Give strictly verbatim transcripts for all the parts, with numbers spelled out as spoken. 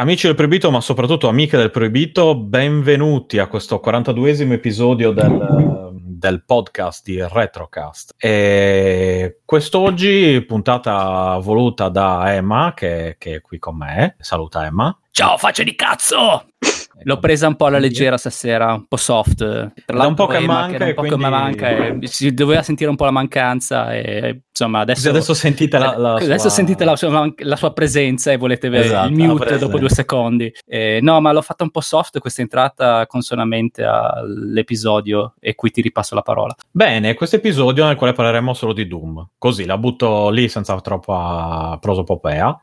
Amici del Proibito, ma soprattutto amiche del Proibito, benvenuti a questo quarantaduesimo episodio del, del podcast di Retrocast. E quest'oggi puntata voluta da Emma, che, che è qui con me. Saluta Emma. Ciao, faccia di cazzo! L'ho presa un po' alla leggera stasera, un po' soft. Tra da un po' che Emma, manca, che da un po' quindi... che manca e si doveva sentire un po' la mancanza e insomma adesso, adesso sentite la, la adesso sua... sentite la sua, la sua presenza e volete vedere esatto, il mute dopo due secondi. Eh, no, ma l'ho fatta un po' soft questa entrata consonamente all'episodio e qui ti ripasso la parola. Bene, questo episodio nel quale parleremo solo di Doom. Così la butto lì senza troppa prosopopea,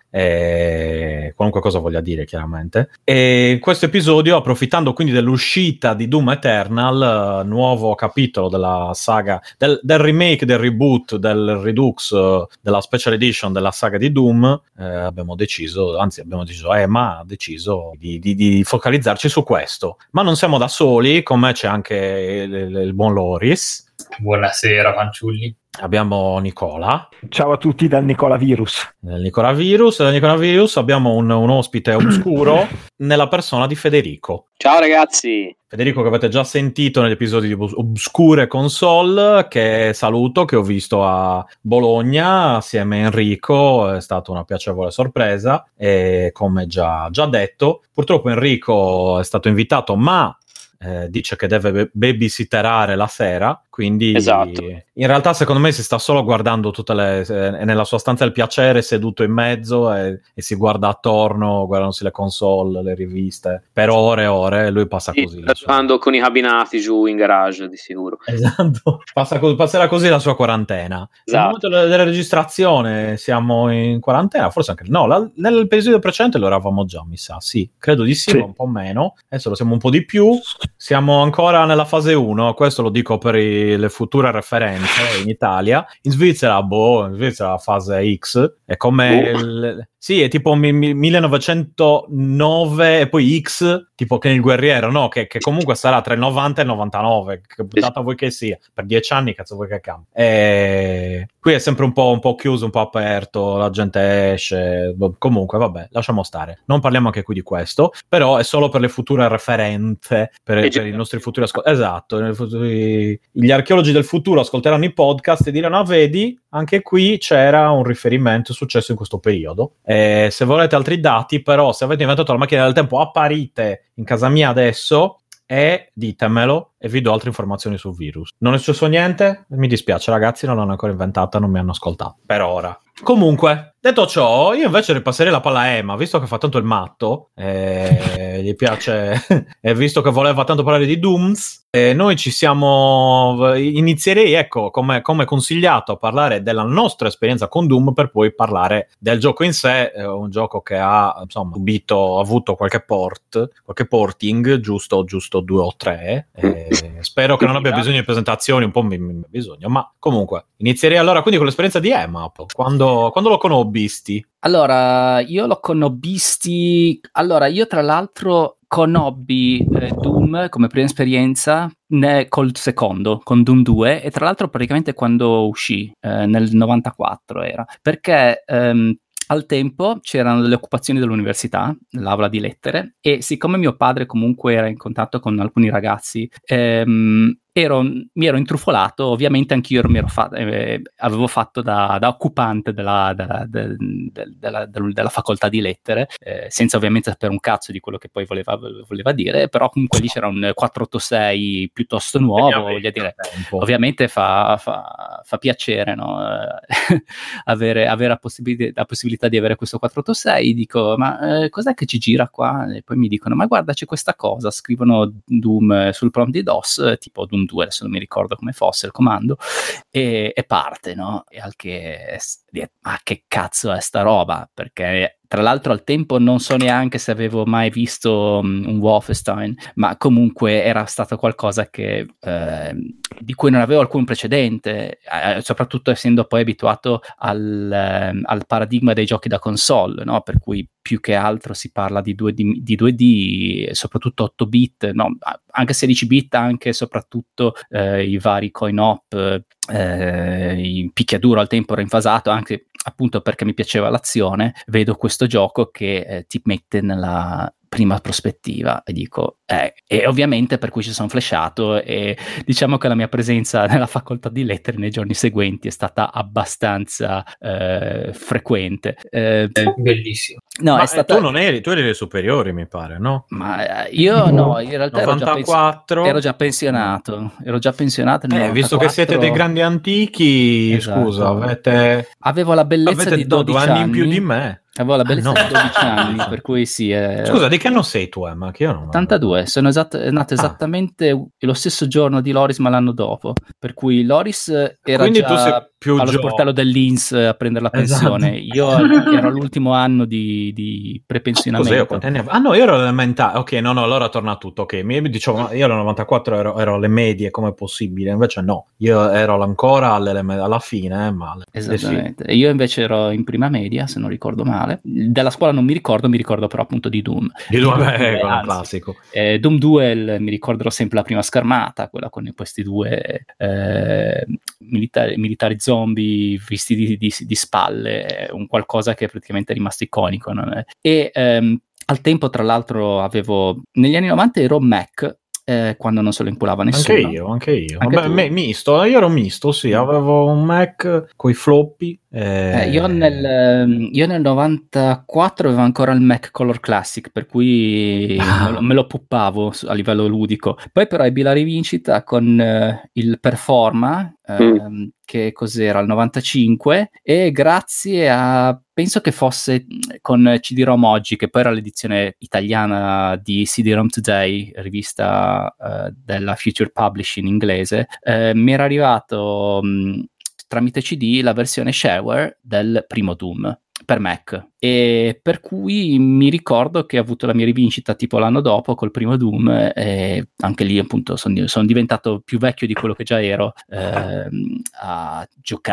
e qualunque cosa voglia dire chiaramente. E questo episodio, approfittando quindi dell'uscita di Doom Eternal, nuovo capitolo della saga, del, del remake, del reboot, del Redux, della special edition della saga di Doom, eh, abbiamo deciso, anzi abbiamo deciso, Emma ha deciso di, di, di focalizzarci su questo. Ma non siamo da soli, con me c'è anche il, il, il buon Loris. Buonasera fanciulli. Abbiamo Nicola. Ciao a tutti dal Nicola Virus. Nel Nicola Virus, nel Nicola Virus abbiamo un, un ospite oscuro nella persona di Federico. Ciao ragazzi. Federico che avete già sentito negli episodi di Obscure Console, che saluto, che ho visto a Bologna assieme a Enrico, è stata una piacevole sorpresa e come già, già detto, purtroppo Enrico è stato invitato ma eh, dice che deve babysitterare la sera, quindi esatto. In realtà secondo me si sta solo guardando tutte le, è nella sua stanza del piacere seduto in mezzo e, e si guarda attorno guardandosi le console, le riviste per ore e ore, e lui passa sì, così andando con i cabinati giù in garage di sicuro. Esatto, Passa, passerà così la sua quarantena. Esatto. Nel momento della, della registrazione siamo in quarantena, forse anche no, la, nell'episodio precedente lo eravamo già, mi sa, sì, credo di sì, sì. Ma un po' meno, adesso lo siamo un po' di più, siamo ancora nella fase uno, questo lo dico per i, le future referenze in Italia. In Svizzera, boh, in Svizzera fase X, è come... Uh. Il, sì, è tipo mi, mi, millenovecentonove e poi X, tipo che il guerriero, no? Che, che comunque sarà tra il novanta e il novantanove, che data vuoi che sia, per dieci anni cazzo vuoi che cambi. E qui è sempre un po', un po' chiuso, un po' aperto, la gente esce, comunque vabbè, lasciamo stare. Non parliamo anche qui di questo, però è solo per le future referenze, per, per i nostri futuri ascoltatori. Esatto, futuri... gli archeologi del futuro ascolteranno i podcast e diranno, ah vedi, anche qui c'era un riferimento successo in questo periodo. Eh, se volete altri dati, però, se avete inventato la macchina del tempo, apparite in casa mia adesso e ditemelo e vi do altre informazioni sul virus. Non è successo niente? Mi dispiace ragazzi, non l'hanno ancora inventata, non mi hanno ascoltato per ora. Comunque, detto ciò, io invece ripasserei la palla a Emma, visto che fa tanto il matto, e gli piace, e visto che voleva tanto parlare di Dooms, e noi ci siamo, inizierei, ecco, come, come consigliato, a parlare della nostra esperienza con Doom, per poi parlare del gioco in sé, un gioco che ha, insomma, subito, avuto qualche port, qualche porting, giusto, giusto due o tre, e spero che non abbia bisogno di presentazioni, un po' mi, mi bisogno, ma comunque, inizierei allora quindi con l'esperienza di Emma, quando Quando lo conobbisti? Allora, io lo conobbisti... Allora, io tra l'altro conobbi eh, Doom come prima esperienza né, col secondo, con Doom due, e tra l'altro praticamente quando uscì, eh, nel novantaquattro era, perché... Ehm, al tempo c'erano delle occupazioni dell'università, nell'aula di lettere, e siccome mio padre comunque era in contatto con alcuni ragazzi, ehm, ero, mi ero intrufolato, ovviamente anch'io mi ero fa- eh, avevo fatto da, da occupante della, della, de, de, della, de, della facoltà di lettere, eh, senza ovviamente sapere un cazzo di quello che poi voleva, voleva dire, però comunque lì c'era un quattrocentottantasei piuttosto nuovo, voglio dire, ovviamente fa, fa, fa piacere, no? avere, avere la, possibilità, la possibilità di avere questo quattrocentottantasei, dico ma eh, cos'è che ci gira qua? E poi mi dicono ma guarda c'è questa cosa, scrivono Doom sul prompt di DOS, tipo Doom due, adesso non mi ricordo come fosse il comando, e, e parte, no? E al che, ma che cazzo è sta roba? Perché tra l'altro al tempo non so neanche se avevo mai visto um, un Wolfenstein, ma comunque era stato qualcosa che eh, di cui non avevo alcun precedente, eh, soprattutto essendo poi abituato al, eh, al paradigma dei giochi da console, no? Per cui più che altro si parla di due D, di due D, soprattutto otto bit, no? Anche sedici bit, anche e soprattutto eh, i vari coin-op, eh, il picchiaduro al tempo era infasato, anche appunto perché mi piaceva l'azione, vedo questo gioco che eh, ti mette nella prima prospettiva e dico eh, e ovviamente per cui ci sono flashato, e diciamo che la mia presenza nella facoltà di lettere nei giorni seguenti è stata abbastanza eh, frequente. Eh, È bellissimo. no, Ma è stata... tu non eri, tu eri le superiori, mi pare, no? Ma io no, in realtà ero già, novantaquattro pensi- ero già pensionato, ero già pensionato nel Eh, visto che siete dei grandi antichi, Esatto. scusa, avete, avevo la bellezza avete di do- dodici due anni anni in più di me. Avevo la bellezza Ah, no. di dodici anni, per cui sì. Eh, Scusa, di che anno sei tu, Emma? Che io non ottantadue, sono esat- nato esattamente ah. lo stesso giorno di Loris, ma l'anno dopo. Per cui Loris era Quindi già tu sei più allo gio- sportello del Linz a prendere la pensione. Esatto. Io ero all'ultimo anno di, di prepensionamento. Cos'è, quanti anni avevo? Ah no, io ero elementare. Ok, no, no, allora torna tutto. Ok, mi dicevo, ma io ero novantaquattro, ero, ero alle medie, com'è possibile? Invece no, io ero ancora alle, alla fine, eh, male. Esattamente. Eh sì. Io invece ero in prima media, se non ricordo male. Della scuola non mi ricordo, mi ricordo però appunto di Doom. Di Doom, Doom è due, un classico. Eh, Doom Duel, mi ricorderò sempre la prima schermata, quella con questi due eh, militari, militari zombie visti di, di, di spalle, un qualcosa che è praticamente rimasto iconico. Non è? E ehm, al tempo, tra l'altro, avevo negli anni novanta ero Mac. Eh, quando non se lo inculava nessuno. Anche io, anche io. Anche Vabbè, me, misto, io ero misto, sì, avevo un Mac coi floppy. E... Eh, io, nel, io nel novantaquattro avevo ancora il Mac Color Classic, per cui ah. me, lo, me lo puppavo a livello ludico. Poi però ebbi la rivincita con eh, il Performa, eh, mm. che cos'era, il novantacinque, e grazie a... penso che fosse con C D-ROM Oggi, che poi era l'edizione italiana di C D-ROM Today, rivista uh, della Future Publishing inglese, uh, mi era arrivato mh, tramite C D la versione shareware del primo Doom per Mac, e per cui mi ricordo che ho avuto la mia rivincita tipo l'anno dopo col primo Doom, e anche lì appunto sono son diventato più vecchio di quello che già ero ehm, a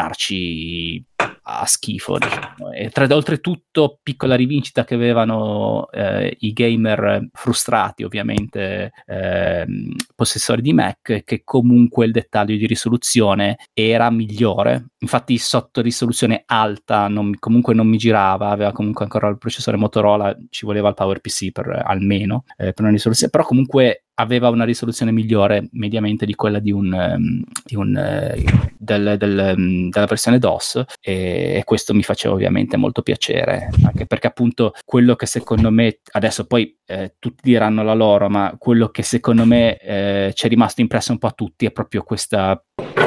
giocarci a schifo, diciamo. E tra, oltretutto piccola rivincita che avevano eh, i gamer frustrati, ovviamente eh, possessori di Mac, che comunque il dettaglio di risoluzione era migliore. Infatti sotto risoluzione alta non, comunque non mi girava, aveva comunque ancora il processore Motorola, ci voleva il PowerPC per almeno eh, per una risoluzione, però comunque aveva una risoluzione migliore mediamente di quella di un, um, di un uh, del, del, um, della versione DOS, e, e questo mi faceva ovviamente molto piacere, anche perché appunto quello che secondo me adesso poi eh, tutti diranno la loro, ma quello che secondo me eh, ci è rimasto impresso un po' a tutti è proprio questa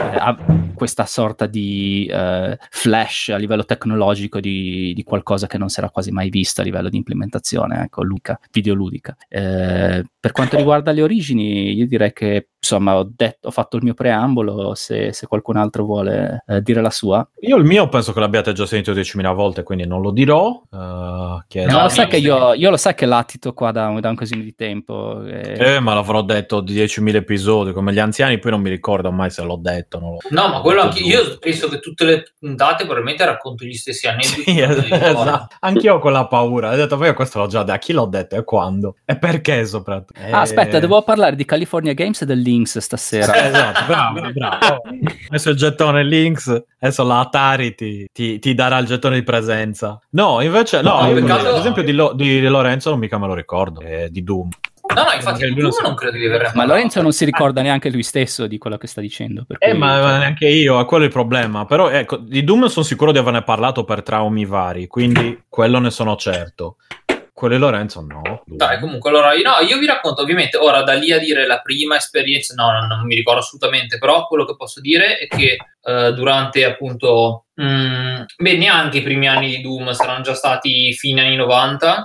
eh, questa sorta di eh, flash a livello tecnologico di, di qualcosa che non si era quasi mai visto a livello di implementazione, ecco, Luca, videoludica. Eh, per quanto riguarda le origini, io direi che insomma ho detto, ho fatto il mio preambolo, se, se qualcun altro vuole eh, dire la sua. Io il mio penso che l'abbiate già sentito diecimila volte, quindi non lo dirò. Uh, che no, lo sai che io, io lo sai che latito qua da, da un casino di tempo. E... Eh, ma l'avrò detto di diecimila episodi, come gli anziani, poi non mi ricordo mai se l'ho detto. Non l'ho... No, ma quello anche io penso che tutte le puntate probabilmente racconto gli stessi aneddoti. Sì, esatto. Anch'io ho quella paura. Ho detto, ma io questo l'ho già detto. A chi l'ho detto e quando? E perché soprattutto? Ah, e... aspetta, devo parlare di California Games e del Lynx stasera. Esatto, bravo, bravo. Adesso il gettone Lynx, adesso la Atari ti, ti, ti darà il gettone di presenza. No, invece, no, no io, peccato... ad esempio di, Lo, di Lorenzo non mica me lo ricordo, eh, di Doom. No, no, infatti di Doom non credo di aver... Ma Lorenzo non si ricorda neanche lui stesso di quello che sta dicendo. Per eh, cui, ma, cioè... ma neanche io, è quello il problema. Però ecco, di Doom sono sicuro di averne parlato per traumi vari, quindi quello ne sono certo. Quello di Lorenzo no. Dai, comunque, allora, no, io vi racconto, ovviamente, ora da lì a dire la prima esperienza, no, no non mi ricordo assolutamente, però quello che posso dire è che eh, durante, appunto, mh, beh, neanche i primi anni di Doom, saranno già stati fine anni novanta,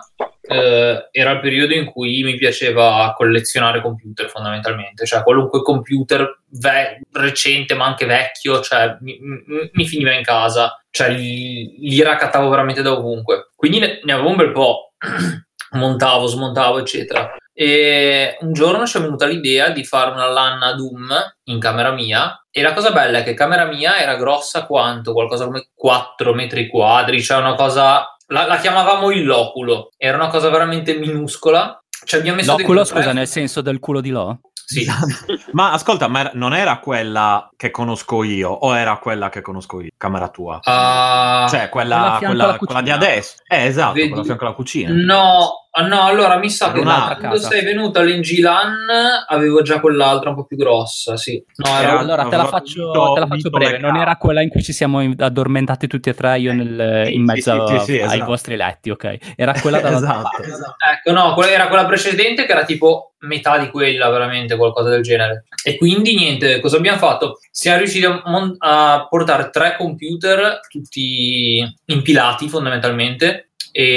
eh, era il periodo in cui mi piaceva collezionare computer, fondamentalmente, cioè qualunque computer ve- recente, ma anche vecchio, cioè mi, mi, mi finiva in casa, cioè li, li raccattavo veramente da ovunque, quindi ne, ne avevo un bel po'. Montavo, smontavo, eccetera. E un giorno ci è venuta l'idea di fare una LAN a Doom in camera mia, e la cosa bella è che camera mia era grossa quanto? Qualcosa come quattro metri quadri, cioè una cosa... La, la chiamavamo il loculo, era una cosa veramente minuscola. Cioè, abbiamo messo loculo, dentro scusa, tre... nel senso del culo di Lo? Sì. Ma ascolta, ma non era quella che conosco io o era quella che conosco io, camera tua? Uh, cioè quella, quella a fianco quella, alla quella di cucina. adesso. Eh, esatto, Vedi? quella a fianco alla cucina. No, no, allora mi sa Era che un'altra quando casa. sei venuta all'Ingilan avevo già quell'altra un po' più grossa, sì. No, era Era- Allora te la aveva faccio, unito- te la faccio unito breve. le Non case. era quella in cui ci siamo in- addormentati tutti e tre, io nel- Sì, in sì, mezzo sì, sì, sì, ai esatto. vostri letti, ok? Era quella dall'altra Esatto. parte. Ecco, no, quella era quella precedente che era tipo metà di quella, veramente, qualcosa del genere. E quindi niente, cosa abbiamo fatto? Siamo riusciti a, mon- a portare tre computer, tutti impilati fondamentalmente,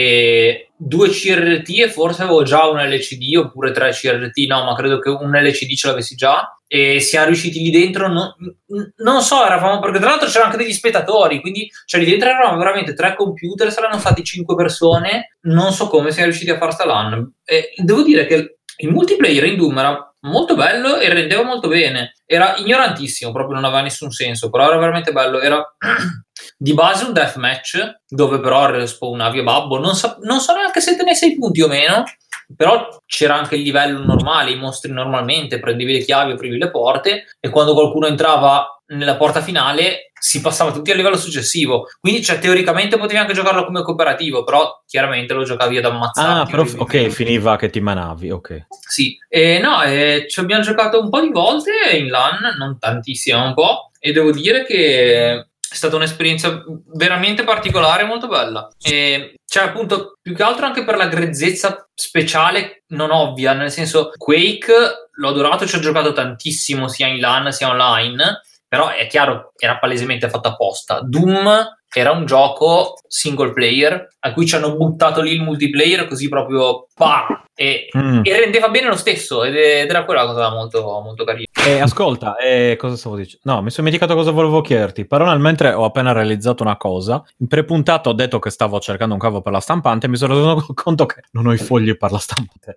e due C R T, e forse avevo già un L C D oppure tre C R T, no, ma credo che un L C D ce l'avessi già. E siamo riusciti lì dentro, non, non so, eravamo, perché tra l'altro c'erano anche degli spettatori, quindi cioè lì dentro eravamo veramente tre computer, saranno stati cinque persone, non so come siamo riusciti a far sta LAN. E devo dire che il multiplayer in Doom era molto bello e rendeva molto bene, era ignorantissimo, proprio non aveva nessun senso, però era veramente bello. Era di base un deathmatch dove però spawnavi a babbo, non so, non so neanche se te ne sei punti o meno, però c'era anche il livello normale, i mostri normalmente, prendevi le chiavi, aprivi le porte, e quando qualcuno entrava nella porta finale si passava tutti al livello successivo, quindi cioè, teoricamente potevi anche giocarlo come cooperativo, però chiaramente lo giocavi ad ammazzare. Ah, però, ok, finiva che ti manavi, ok. Sì, e no, e ci abbiamo giocato un po' di volte in LAN, non tantissimo, un po', e devo dire che è stata un'esperienza veramente particolare, molto bella. E cioè, appunto, più che altro anche per la grezzezza speciale non ovvia, nel senso, Quake l'ho adorato, ci ho giocato tantissimo sia in LAN sia online, però è chiaro, era palesemente fatto apposta. Doom era un gioco single player a cui ci hanno buttato lì il multiplayer così proprio pa, e, Mm. e rendeva bene lo stesso, ed, ed era quella cosa molto, molto carina. Eh, ascolta, eh, cosa stavo dicendo? No, mi sono dimenticato cosa volevo chiederti, però nel mentre ho appena realizzato una cosa. In prepuntata ho detto che stavo cercando un cavo per la stampante e mi sono reso conto che non ho i fogli per la stampante.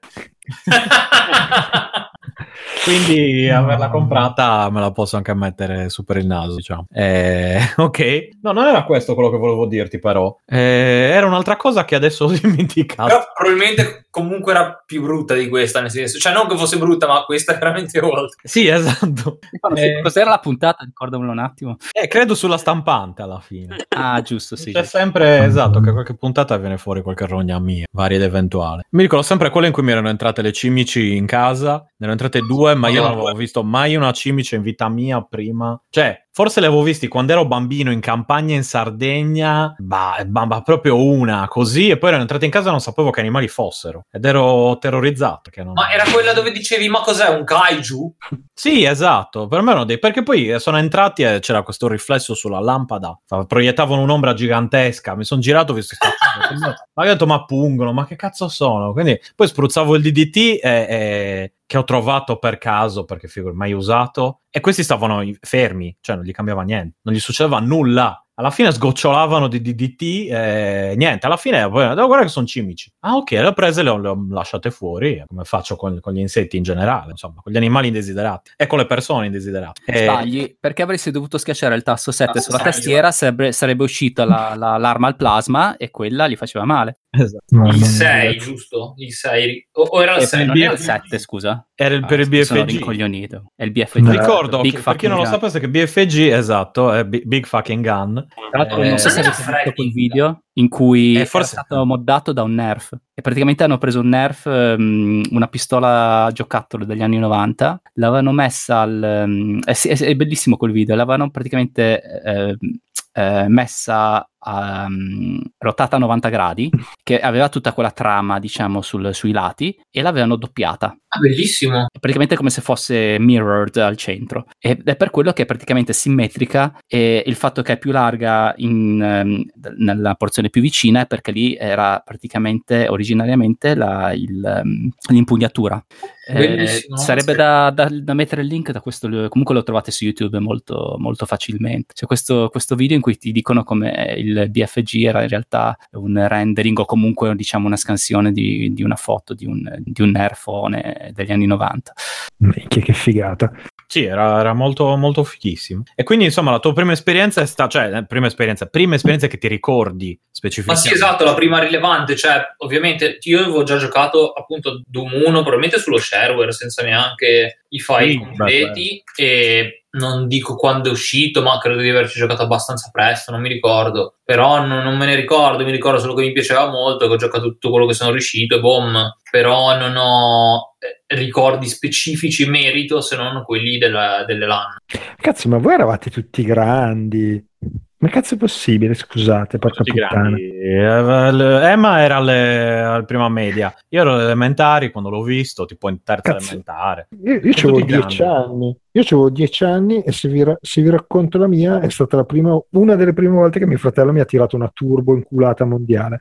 Quindi No. averla comprata me la posso anche mettere su per il naso, diciamo. Eh, ok. No, non era questo quello che volevo dirti, però. Eh, era un'altra cosa che adesso ho dimenticato. Però probabilmente comunque era più brutta di questa, nel senso, cioè non che fosse brutta, ma questa è veramente oltre. Sì, esatto. Eh, Eh, Cos'era la puntata? Ricordamelo un attimo. eh, credo sulla stampante alla fine. Ah, giusto, sì. C'è giusto. sempre, esatto, che qualche puntata viene fuori qualche rogna mia, varia ed eventuale. Mi ricordo sempre quella in cui mi erano entrate le cimici in casa, ne erano entrate due, ma io non avevo visto mai una cimice in vita mia prima. Cioè, forse le avevo visti quando ero bambino in campagna in Sardegna, bah, bah, bah, proprio una, così, e poi erano entrate in casa e non sapevo che animali fossero. Ed ero terrorizzato. Che non... Ma era quella dove dicevi, ma cos'è, un kaiju? Sì, esatto, per me erano dei... perché poi sono entrati e c'era questo riflesso sulla lampada, proiettavano un'ombra gigantesca, mi sono girato, ho visto sta cosa, ma ho detto, ma pungono, ma che cazzo sono? Quindi poi spruzzavo il D D T e, e... che ho trovato per caso, perché figura, mai usato, e questi stavano fermi, cioè non gli cambiava niente, non gli succedeva nulla. Alla fine sgocciolavano di D D T e niente, alla fine poi, oh, guarda che sono cimici. Ah, ok, le ho prese, le ho, le ho lasciate fuori, come faccio con, con gli insetti in generale, insomma, con gli animali indesiderati e con le persone indesiderate. E... Sbagli, perché avresti dovuto schiacciare il tasto sette Tasto sulla sette. tastiera, sarebbe, sarebbe uscita la, la, l'arma al plasma e quella gli faceva male. Esatto. Il sei, giusto? Il sei. O, o era il Eh, sei? Non B- era il sette, scusa. Era il, Ah, per il sono B F G. rincoglionito. È il B F G. Ricordo, Big che, per chi non lo fucking gun. sapesse, che B F G, esatto, è Big, Big Fucking Gun. Tra l'altro, Eh, non so se non avete era visto quel Freddy. video in cui Eh, è forse- stato moddato da un Nerf. E praticamente hanno preso un Nerf, um, una pistola a giocattolo degli anni novanta, l'avevano messa al... um, è, è- è bellissimo quel video, l'avevano praticamente eh, eh, messa a, um, rotata a novanta gradi, che aveva tutta quella trama, diciamo, sul- sui lati, e l'avevano doppiata. Ah, bellissimo. È praticamente come se fosse mirrored al centro, ed è per quello che è praticamente simmetrica, e il fatto che è più larga in, ehm, nella porzione più vicina è perché lì era praticamente originariamente la, il, ehm, l'impugnatura. Eh, Bellissimo. sarebbe da, da- da mettere il link da questo, comunque lo trovate su YouTube molto, molto facilmente. C'è questo, questo video in cui ti dicono come il B F G era in realtà un rendering o comunque diciamo una scansione di, di una foto di un, di un nerfone degli anni novanta. Minchia, che figata. Sì, era, era molto, molto fighissimo. E quindi, insomma, la tua prima esperienza è stata, cioè, eh, prima esperienza, prima esperienza che ti ricordi Ma specificamente. sì, esatto, la prima rilevante, cioè, ovviamente io avevo già giocato appunto Doom uno, probabilmente sullo shareware, senza neanche i file sì, completi beh, e non dico quando è uscito, ma credo di averci giocato abbastanza presto, non mi ricordo, però non, non me ne ricordo, mi ricordo solo che mi piaceva molto, che ho giocato tutto quello che sono riuscito e boom, però non ho ricordi specifici in merito se non quelli della, delle LAN. Cazzo, ma voi eravate tutti grandi. Ma cazzo è possibile, scusate, porca tutti puttana. grandi. Emma era alle, al prima media, io ero alle elementari quando l'ho visto, tipo in terza Cazzo, elementare. Io, io avevo dieci anni, io avevo dieci anni e se vi, ra- se vi racconto la mia, è stata la prima, una delle prime volte che mio fratello mi ha tirato una turbo inculata mondiale.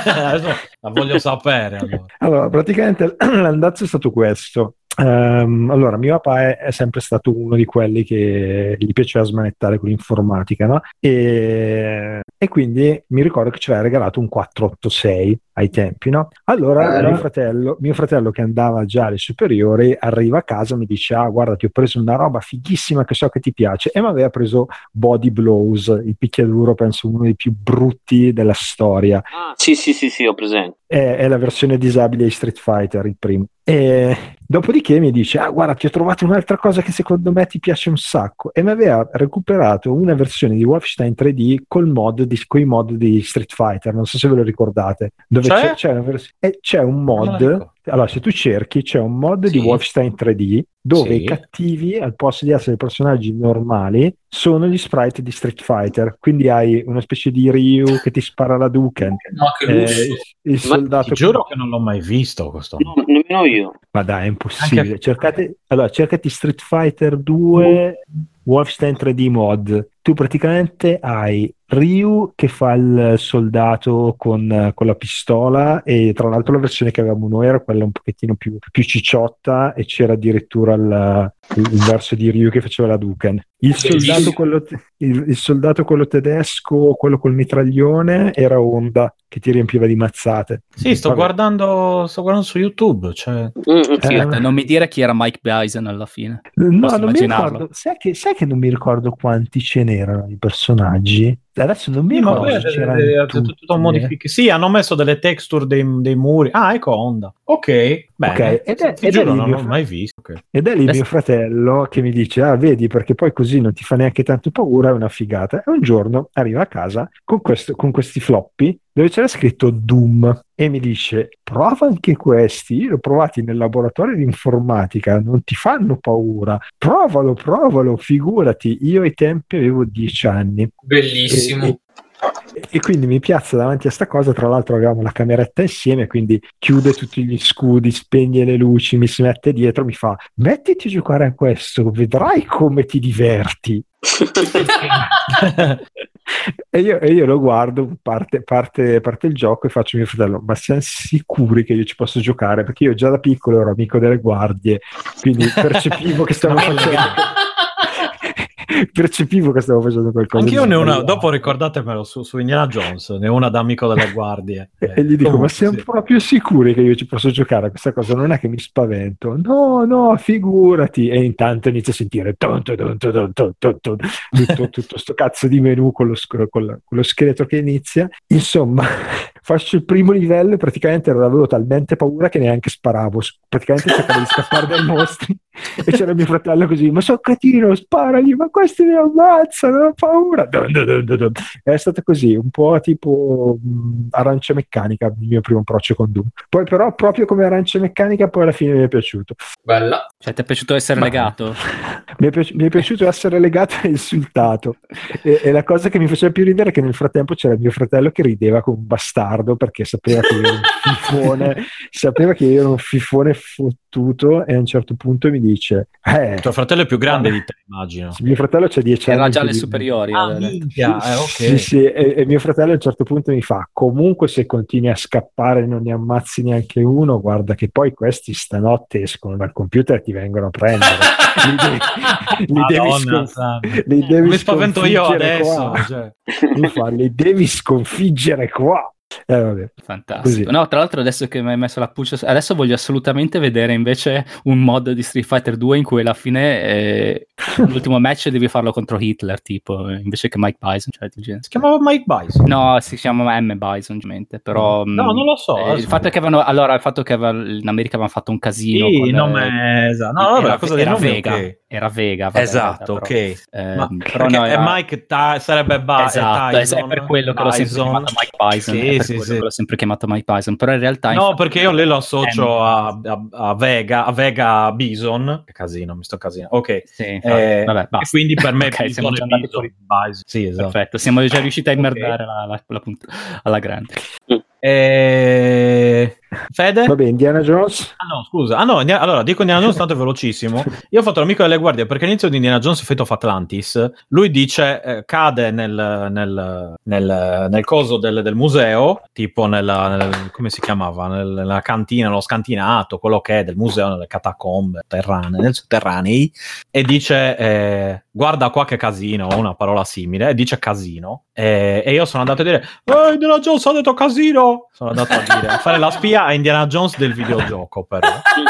La voglio sapere. Allora, allora praticamente l'andazzo è stato questo. Um, allora, mio papà è, è sempre stato uno di quelli che gli piaceva smanettare con l'informatica, no? E, e quindi mi ricordo che ci aveva regalato un quattrocentottantasei ai tempi, no? Allora mio fratello, mio fratello che andava già alle superiori arriva a casa e mi dice: ah, guarda, ti ho preso una roba fighissima che so che ti piace, e mi aveva preso Body Blows, il picchiaduro, penso uno dei più brutti della storia. Ah, sì, sì, sì, sì, ho presente. È, è la versione disabile di Street Fighter, il primo. E dopodiché mi dice: ah, guarda, ti ho trovato un'altra cosa che secondo me ti piace un sacco, e mi aveva recuperato una versione di Wolfenstein tre D col mod di, coi mod di Street Fighter, non so se ve lo ricordate, dove cioè? c'è, c'è, una vers- eh, c'è un mod. Allora, se tu cerchi, c'è un mod sì. di Wolfenstein tre D dove sì. i cattivi, al posto di essere personaggi normali, sono gli sprite di Street Fighter. Quindi hai una specie di Ryu che ti spara la Duken. No, che eh, il, il soldato. Ti giuro che non l'ho mai visto questo. No, nemmeno io. Ma dai, è impossibile. Anche... Cercate, allora, cercati Street Fighter due Wolfenstein tre D mod. Tu praticamente hai Ryu che fa il soldato con, con la pistola, e tra l'altro la versione che avevamo noi era quella un pochettino più, più cicciotta, e c'era addirittura il, il verso di Ryu che faceva la Duken. Il soldato, quello, il, il soldato quello tedesco, quello col mitraglione, era Honda che ti riempiva di mazzate. Sì, sto guardando sto guardando su YouTube. Cioè... Aspetta, eh, non mi dire chi era Mike Bison alla fine. No, Posso non mi ricordo. Sai che, sai che non mi ricordo quanti ce n'erano i personaggi? Adesso non mi sì, ricordo beh, se c'erano tutti. Tutto modific- sì, hanno messo delle texture dei, dei muri. Ah, ecco Honda. Ok, bene. Okay. Ed è, Ti ed giuro, è non l'ho fr- mai visto. Okay. Ed è lì Adesso... mio fratello che mi dice: ah, vedi, perché poi così non ti fa neanche tanto paura, è una figata. E un giorno arriva a casa con, questo, con questi floppy dove c'era scritto Doom, e mi dice: prova anche questi, io li ho provati nel laboratorio di informatica, non ti fanno paura, provalo, provalo, figurati. Io ai tempi avevo dieci anni. Bellissimo. E, e, e quindi mi piazza davanti a sta cosa. Tra l'altro avevamo la cameretta insieme, quindi chiude tutti gli scudi, spegne le luci, mi si mette dietro, mi fa: mettiti a giocare a questo, vedrai come ti diverti. E io, e io lo guardo, parte, parte, parte il gioco, e faccio a mio fratello: ma siamo sicuri che io ci posso giocare? Perché io già da piccolo ero amico delle guardie, quindi percepivo che stavo facendo percepivo che stavo facendo qualcosa. Anch'io ne ho una, dopo ricordatemelo su, su Indiana Jones, ne ho una da amico delle guardie. E, e gli dico: comunque, ma siamo sì. proprio sicuri che io ci posso giocare a questa cosa? Non è che mi spavento. No, no, figurati. E intanto inizio a sentire ton, ton, ton, ton, ton, ton, ton, tutto, tutto sto cazzo di menu con lo, con, la, con lo scheletro che inizia. Insomma, faccio il primo livello e praticamente avevo talmente paura che neanche sparavo. Praticamente cercavo di scappare dai mostri, e c'era mio fratello così: ma so cretino, sparagli, ma questi mi ammazzano, ho paura. Dun, dun, dun, dun. È stato così, un po' tipo mh, Arancia Meccanica, il mio primo approccio con Doom. Poi però proprio come Arancia Meccanica poi alla fine mi è piaciuto. Bella. Cioè ti è piaciuto essere ma... legato? Mi è, pi- mi è piaciuto essere legato e insultato. E, e la cosa che mi faceva più ridere è che nel frattempo c'era mio fratello che rideva come un bastardo, perché sapeva che io ero un fifone, sapeva che io ero un fifone fottuto, e a un certo punto mi dice: eh, tuo fratello è più grande di te, immagino. Mio fratello c'ha dieci anni. Era già alle superiori. Ah, minchia, eh, okay. Sì, sì, e, e mio fratello a un certo punto mi fa: comunque se continui a scappare e non ne ammazzi neanche uno, guarda che poi questi stanotte escono dal computer e ti vengono a prendere. li devi, li devi, sconf- li devi mi spavento io adesso, qua. Cioè. Mi fa: li devi sconfiggere qua. Eh, vabbè. Fantastico. Così. No, tra l'altro adesso che mi hai messo la pulce, adesso voglio assolutamente vedere invece un mod di Street Fighter due in cui alla fine eh, l'ultimo match devi farlo contro Hitler, tipo, invece che Mike Bison. Cioè, si chiamava Mike Bison? No, si chiama M. Bison, però... No, non lo so. Eh, il fatto è che avevano, allora, il fatto che aveva, in America avevano fatto un casino. Sì, con, nome, eh, esatto. No, vabbè, era, la cosa era del nome, Vega. okay. Era Vega. Vabbè, esatto, vabbè, ok. però, Ma, eh, però perché no, era... Mike ta- sarebbe ba- esatto, Tyson, è per quello che l'ho sempre Bison. chiamato Mike Bison. Sì, è per sì, quello sì. che l'ho sempre chiamato Mike Bison. Però in realtà... No, infatti, perché io lì lo associo a, a, a, a Vega, a Vega Bison. Che casino, mi sto casinando. Ok. Sì, eh, vabbè, basta. E quindi per me okay, Bison siamo e già Bison. fuori. Bison. Sì, esatto. Perfetto, siamo già riusciti a Okay. immerdare la, la, la punt- alla grande. E... Fede? Vabbè, Indiana Jones. Ah no, scusa. Ah no, Indiana... allora dico Indiana Jones tanto è velocissimo. Io ho fatto l'amico delle guardie perché all'inizio di Indiana Jones Fate of Atlantis lui dice eh, cade nel, nel, nel, nel coso del, del museo, tipo nella, nel, come si chiamava? Nel, nella cantina, nello scantinato, quello che è del museo, nelle catacombe terranee, nel sotterranei, e dice eh, guarda qua che casino, o una parola simile, e dice casino. E, e io sono andato a dire eh, Indiana Jones ha detto casino, sono andato a dire a fare la spia a Indiana Jones del videogioco però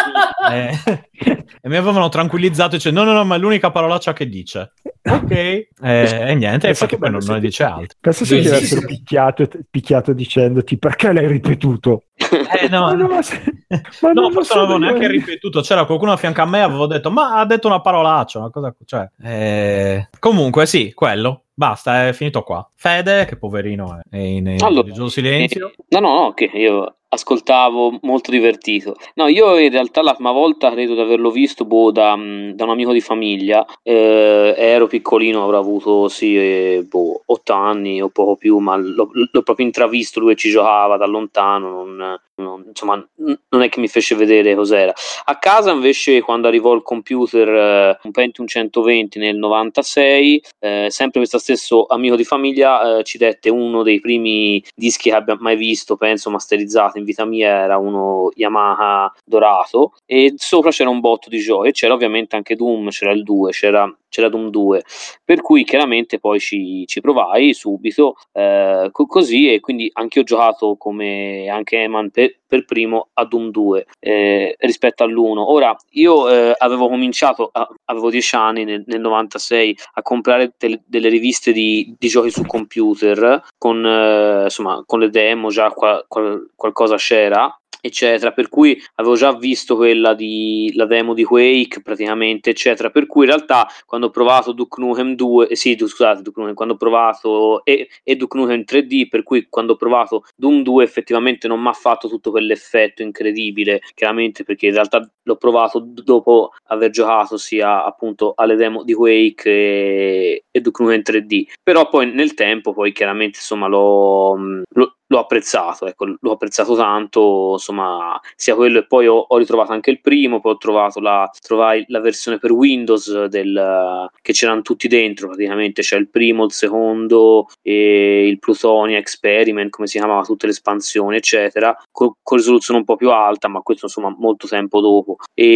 e, e mi avevano tranquillizzato dicendo no no no ma è l'unica parolaccia che dice, ok, e, e niente, e infatti poi non, non ne dice altro. Penso se ti avessero picchiato, picchiato dicendoti perché l'hai ripetuto. Eh, no, ma no, no, ma no non forse non avevo neanche ripetuto, c'era qualcuno a fianco a me, avevo detto ma ha detto una parolaccia, una cosa, cioè eh... comunque sì, quello basta, è finito qua. Fede, che poverino è, è in, in Allora, religioso silenzio. eh, no no no, che io ascoltavo molto divertito. No, io in realtà la prima volta credo di averlo visto boh, da, da un amico di famiglia, eh, ero piccolino, avrò avuto sì, eh, boh, otto anni o poco più, ma l'ho, l'ho proprio intravisto, lui ci giocava da lontano, non, non, insomma non è che mi fece vedere cos'era. A casa invece quando arrivò il computer, eh, un Pentium centoventi nel novantasei, eh, sempre questo stesso amico di famiglia eh, ci dette uno dei primi dischi che abbia mai visto, penso masterizzato in vita mia, era uno Yamaha dorato e sopra c'era un botto di giochi e c'era ovviamente anche Doom, c'era il due, c'era, c'era Doom due, per cui chiaramente poi ci, ci provai subito, eh, co- così, e quindi anche io ho giocato come anche Eman per, per primo a Doom due eh, rispetto all'uno. Ora io eh, avevo cominciato a, avevo dieci anni nel, nel novantasei a comprare delle, delle riviste di, di giochi su computer con, eh, insomma, con le demo, già qua, qual, qualcosa c'era eccetera, per cui avevo già visto quella di la demo di Quake praticamente eccetera, per cui in realtà quando ho provato Duke Nukem due eh, sì scusate Duke Nukem, quando ho provato e, e Duke Nukem tre D, per cui quando ho provato Doom due effettivamente non mi ha fatto tutto quell'effetto incredibile, chiaramente perché in realtà l'ho provato d- dopo aver giocato sia appunto alle demo di Quake e, e Duke Nukem tre D, però poi nel tempo poi chiaramente insomma l'ho, l'ho l'ho apprezzato, ecco, l'ho apprezzato tanto, insomma, sia quello, e poi ho, ho ritrovato anche il primo, poi ho trovato la, trovai la versione per Windows del, che c'erano tutti dentro, praticamente c'è il primo, il secondo, e il Plutonia Experiment, come si chiamava, tutte le espansioni, eccetera, con, con risoluzione un po' più alta, ma questo insomma molto tempo dopo,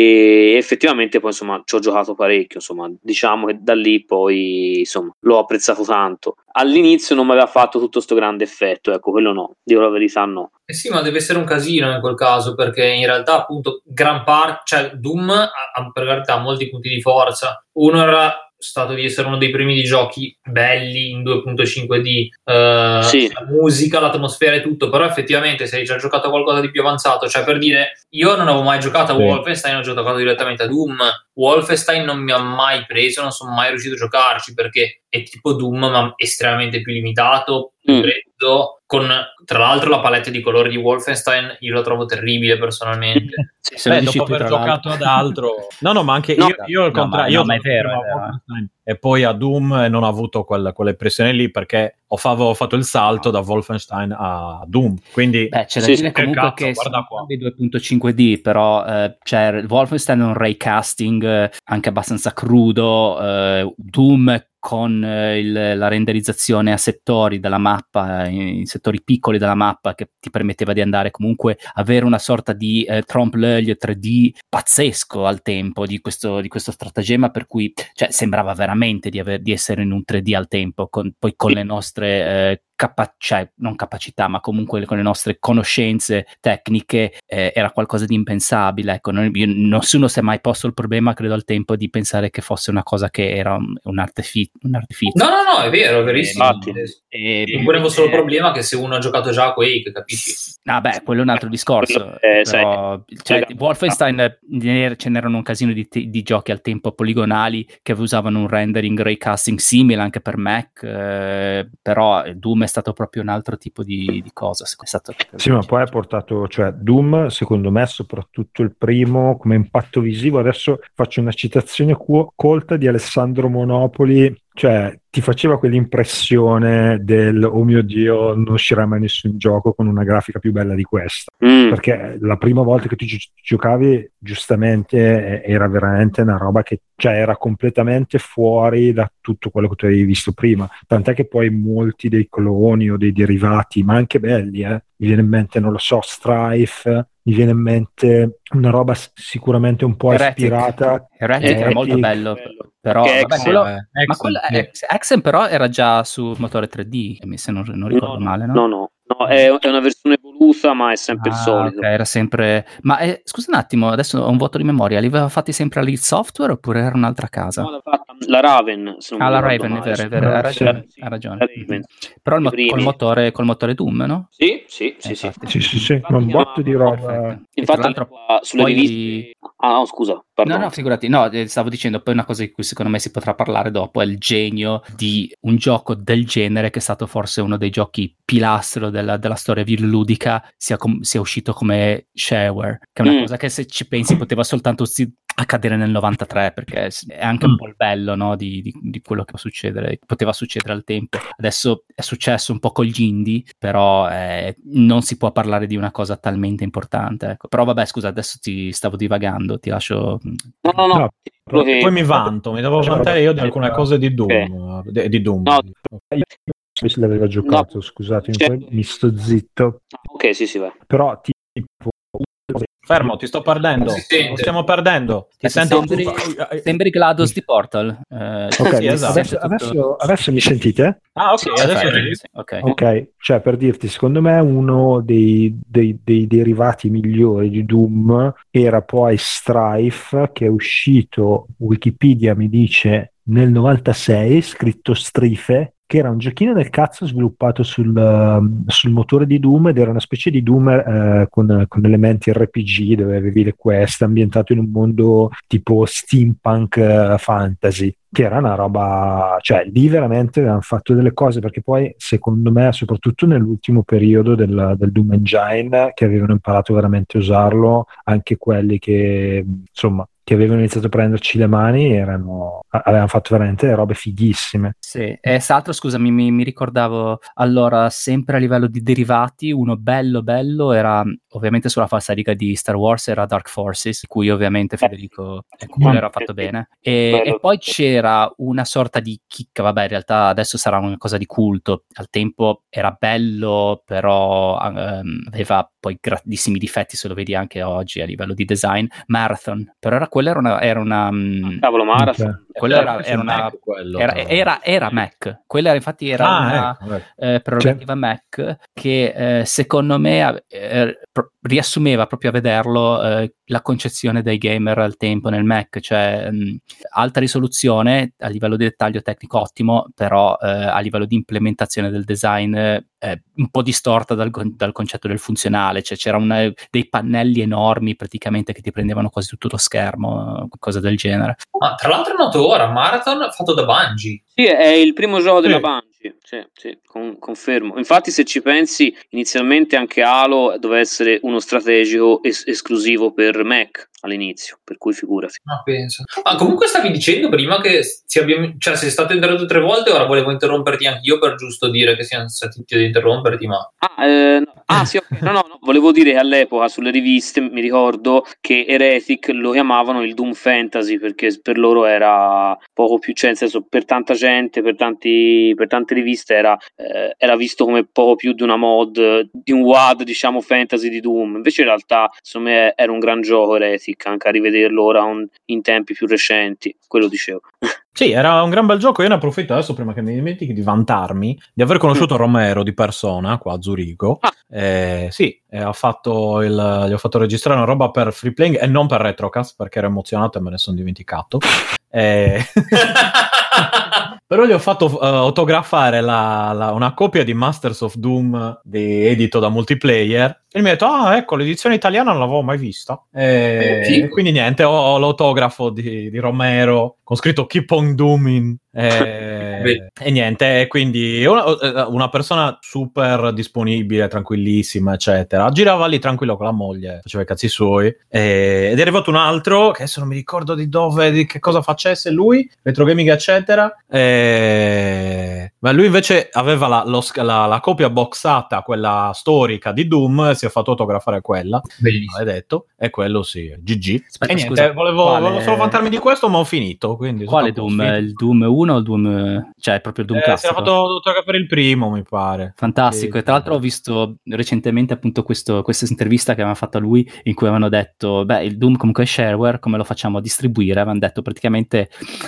e effettivamente poi insomma ci ho giocato parecchio, insomma, diciamo che da lì poi insomma l'ho apprezzato tanto. All'inizio non mi aveva fatto tutto sto grande effetto, ecco, quello no, dico la verità, no. Eh sì, ma deve essere un casino in quel caso, perché in realtà appunto gran parte, cioè Doom ha, ha per carità molti punti di forza. Uno era stato di essere uno dei primi di giochi belli in due punto cinque D, eh, sì. la musica, l'atmosfera e tutto, però effettivamente se hai già giocato a qualcosa di più avanzato, cioè per dire, io non avevo mai giocato a sì. Wolfenstein, ho giocato direttamente a Doom. Wolfenstein non mi ha mai preso, non sono mai riuscito a giocarci perché è tipo Doom ma estremamente più limitato, più grezzo, con tra l'altro la palette di colori di Wolfenstein io la trovo terribile personalmente. Sì, se Beh, lo dici dopo tu, aver tra giocato l'altro. ad altro no no ma anche no, io, io al no, contrario, ma, no, io ma è vero, è a vero. Wolfenstein e poi a Doom e non ho avuto quel, quell'impressione lì perché ho, favo, ho fatto il salto da Wolfenstein a Doom, quindi beh, c'è da sì, dire comunque cazzo, che guarda sono due punto cinque D, però eh, c'è Wolfenstein è un raycasting eh, anche abbastanza crudo, eh, Doom con eh, il, la renderizzazione a settori della mappa, in, in settori piccoli della mappa, che ti permetteva di andare comunque avere una sorta di eh, trompe-l'œil tre D pazzesco al tempo di questo, di questo stratagemma, per cui cioè, sembrava veramente di, aver, di essere in un tre D al tempo, con, poi con le nostre eh, capa- cioè, non capacità, ma comunque con le nostre conoscenze tecniche eh, era qualcosa di impensabile. Ecco, non, io, nessuno si è mai posto il problema, credo al tempo, di pensare che fosse una cosa che era un, un, artifi- un artificio. No, no, no, è vero, è verissimo. E, Mi ponevo solo il problema che se uno ha giocato già a Quake, capisci? Ah beh, quello è un altro discorso. Eh, però, cioè, Wolfenstein ce n'erano un casino di, te- di giochi al tempo poligonali che usavano un rendering raycasting simile anche per Mac, eh, però Doom è stato proprio un altro tipo di, di cosa. È stato sì, ma poi ha portato, cioè Doom, secondo me, soprattutto il primo, come impatto visivo. Adesso faccio una citazione cu- colta di Alessandro Monopoli, cioè ti faceva quell'impressione del oh mio Dio, non uscirà mai nessun gioco con una grafica più bella di questa, mm. perché la prima volta che tu gi- giocavi giustamente era veramente una roba che, cioè, era completamente fuori da tutto quello che tu avevi visto prima, tant'è che poi molti dei cloni o dei derivati, ma anche belli, eh, mi viene in mente, non lo so, Strife, mi viene in mente una roba sicuramente un po' Heretic. ispirata. Heretic era molto bello, però vabbè, Exen, quello, eh, ma quello è, Exen però era già su motore tre D, se non, non ricordo no, male, no? No, no, no, è, è una versione evoluta, ma è sempre ah, il solito. Okay, era sempre. Ma eh, scusa un attimo, adesso ho un vuoto di memoria. Li aveva fatti sempre a Lead Software oppure era un'altra casa? No, la Raven. Se non ah, mi la ricordo Raven, è male. vero, è vero, ha ragione. Sì, Ha ragione. la Raven. Mm-hmm. Però il mo- col, motore, col motore Doom, no? Sì, sì, sì, eh, sì. Sì, sì, sì, ma un botto di roba. Perfetto. Infatti, tra l'altro, sulle poi... riviste. Ah, no, scusa, pardon. No, no, figurati. No, stavo dicendo poi una cosa di cui secondo me si potrà parlare dopo è il genio di un gioco del genere che è stato forse uno dei giochi pilastro della, della storia videoludica, sia, com- sia uscito come shareware, che è una mm. cosa che se ci pensi poteva soltanto si- accadere nel novantatré, perché è anche un po' il bello, no, di, di, di quello che può succedere, poteva succedere al tempo. Adesso è successo un po' con gli indie, però eh, non si può parlare di una cosa talmente importante, ecco. Però vabbè, scusa, adesso ti stavo divagando, ti lascio. No, no, no. no poi mi vanto, mi devo vantare io di alcune cose di Doom, okay. di, di Doom. No. Se l'aveva giocato, no. Scusatemi, poi mi sto zitto. Ok, sì, sì, va. Però tipo fermo, ti sto perdendo, lo stiamo perdendo. Ti sento sembri, sembri GLaDOS di Portal. Eh, ok, sì, esatto. adesso, adesso, adesso mi sentite? Ah, ok, sì, adesso sì. Okay. ok, cioè per dirti, secondo me uno dei, dei, dei derivati migliori di Doom era poi Strife, che è uscito, Wikipedia mi dice, nel novantasei, scritto Strife, che era un giochino del cazzo sviluppato sul, uh, sul motore di Doom, ed era una specie di Doom uh, con, con elementi R P G, dove avevi le quest, ambientato in un mondo tipo steampunk uh, fantasy, che era una roba, cioè lì veramente avevano fatto delle cose, perché poi secondo me, soprattutto nell'ultimo periodo del, del Doom Engine, che avevano imparato veramente a usarlo, anche quelli che insomma che avevano iniziato a prenderci le mani erano, avevano fatto veramente robe fighissime. Sì, e s'altro, scusami, mi, mi ricordavo, allora, sempre a livello di derivati, uno bello bello era, ovviamente sulla falsariga di Star Wars, era Dark Forces, di cui ovviamente Federico, ecco, quello era fatto bene, e, e poi c'era una sorta di chicca, vabbè, in realtà adesso sarà una cosa di culto, al tempo era bello, però um, aveva poi grandissimi difetti, se lo vedi anche oggi a livello di design, Marathon, però era quella era una, era una um, cavolo, Marathon, okay. Quella era, era una Mac, quello, era, era, era Mac, quella infatti era ah, una ecco, ecco. Eh, prerogativa cioè. Mac che eh, secondo me eh, pro- riassumeva proprio a vederlo eh, la concezione dei gamer al tempo nel Mac, cioè mh, alta risoluzione a livello di dettaglio tecnico ottimo, però eh, a livello di implementazione del design eh, un po' distorta dal, dal concetto del funzionale, cioè c'era una, dei pannelli enormi praticamente che ti prendevano quasi tutto lo schermo, cosa del genere. Ah, tra l'altro noto ora Marathon fatto da Bungie. Sì, è il primo gioco sì. della Bungie, sì, sì, con, confermo. Infatti se ci pensi, inizialmente anche Halo doveva essere uno strategico es- esclusivo per Mac all'inizio, per cui figurati. Ma penso. Ah, comunque stavi dicendo prima che si abbiamo, cioè sei stato interrotto tre volte, ora volevo interromperti anche io per giusto dire che siamo stati tutti ad interromperti, ma... Ah, eh, no. ah sì, ok, no, no, no, volevo dire che all'epoca sulle riviste mi ricordo che Heretic lo chiamavano il Doom Fantasy, perché per loro era poco più, cioè nel senso per tanta gente, per tanti per tante riviste era, eh, era visto come poco più di una mod, di un W A D, diciamo, fantasy di Doom. Invece in realtà secondo me era un gran gioco Heretic, anche a rivederlo ora un, in tempi più recenti, quello dicevo. Sì, era un gran bel gioco. Io ne approfitto adesso, prima che mi dimentichi, di vantarmi di aver conosciuto Romero di persona qua a Zurigo. Ah. Eh, sì, eh, ha fatto il, gli ho fatto registrare una roba per Free Playing e non per Retrocast, perché ero emozionato e me ne sono dimenticato. Eh... Però gli ho fatto uh, autografare la, la, una copia di Masters of Doom di edito da Multiplayer e mi ha detto, ah ecco, l'edizione italiana non l'avevo mai vista, e, e quindi niente, ho, ho l'autografo di, di Romero con scritto Keep on Dooming e, e niente, e quindi una, una persona super disponibile, tranquillissima eccetera, girava lì tranquillo con la moglie, faceva i cazzi suoi, e, ed è arrivato un altro che adesso non mi ricordo di dove, di che cosa facesse lui, retro gaming eccetera, e... ma lui invece aveva la, lo, la, la copia boxata, quella storica di Doom, si è fatto autografare quella, l'hai detto, e quello sì, G G. Aspetta, e niente, scusa, volevo, quale... volevo solo vantarmi di questo, ma ho finito. Quindi quale Doom? Il Doom uno o il Doom, cioè proprio il Doom eh, classico? Si era fatto autografare il primo, mi pare. Fantastico, sì, e tra l'altro ho visto recentemente appunto questo, questa intervista che avevano fatto a lui, in cui avevano detto, beh, il Doom comunque è shareware, come lo facciamo a distribuire? Avevano detto praticamente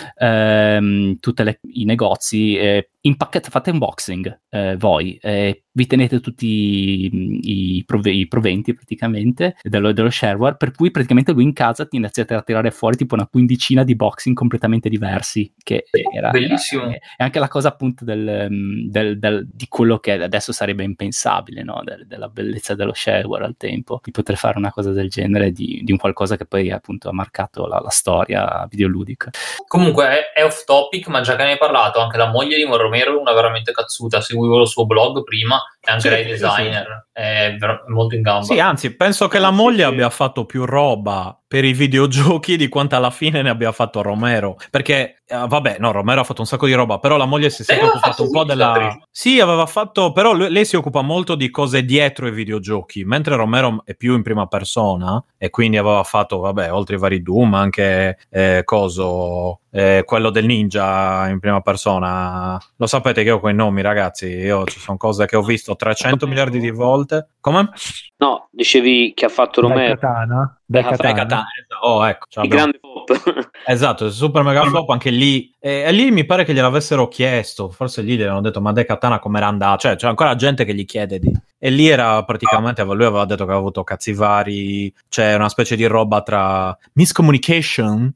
ehm, tutti i negozi, eh, impacchete, fate unboxing eh, voi, eh, vi tenete tutti i, i, prove- i proventi praticamente dello, dello shareware, per cui praticamente lui in casa ti iniziate a tirare fuori tipo una quindicina di boxing completamente diversi, che era bellissimo. Era, e anche la cosa appunto del, del, del, di quello che adesso sarebbe impensabile, no? Del, della bellezza dello shareware al tempo, di poter fare una cosa del genere di, di un qualcosa che poi appunto ha marcato la, la storia videoludica. Comunque è, è off topic, ma già che ne hai parlato, anche la moglie di Romero è una veramente cazzuta, seguivo il suo blog prima e anche sì, lei designer, sì, sì. È ver- molto in gamba. Sì, anzi, penso che la moglie sì, abbia fatto più roba per i videogiochi di quanto alla fine ne abbia fatto Romero, perché eh, vabbè, no, Romero ha fatto un sacco di roba, però la moglie si è sempre occupata un po' della... Sì, aveva fatto, però lui, lei si occupa molto di cose dietro i videogiochi, mentre Romero è più in prima persona e quindi aveva fatto, vabbè, oltre i vari Doom, anche eh, coso... Eh, quello del ninja in prima persona. Lo sapete che io quei nomi, ragazzi, io ci sono cose che ho visto trecento miliardi di volte. Come? No, dicevi che ha fatto Romero. Katana? Daikatana. Daikatana. Oh, ecco, il grande pop. Esatto, super mega flop anche lì. E, e lì mi pare che gliel'avessero chiesto, forse lì gli avevano detto ma Daikatana com'era andato, cioè c'è ancora gente che gli chiede di... E lì era praticamente, lui aveva detto che aveva avuto cazzi vari, c'è una specie di roba tra miscommunication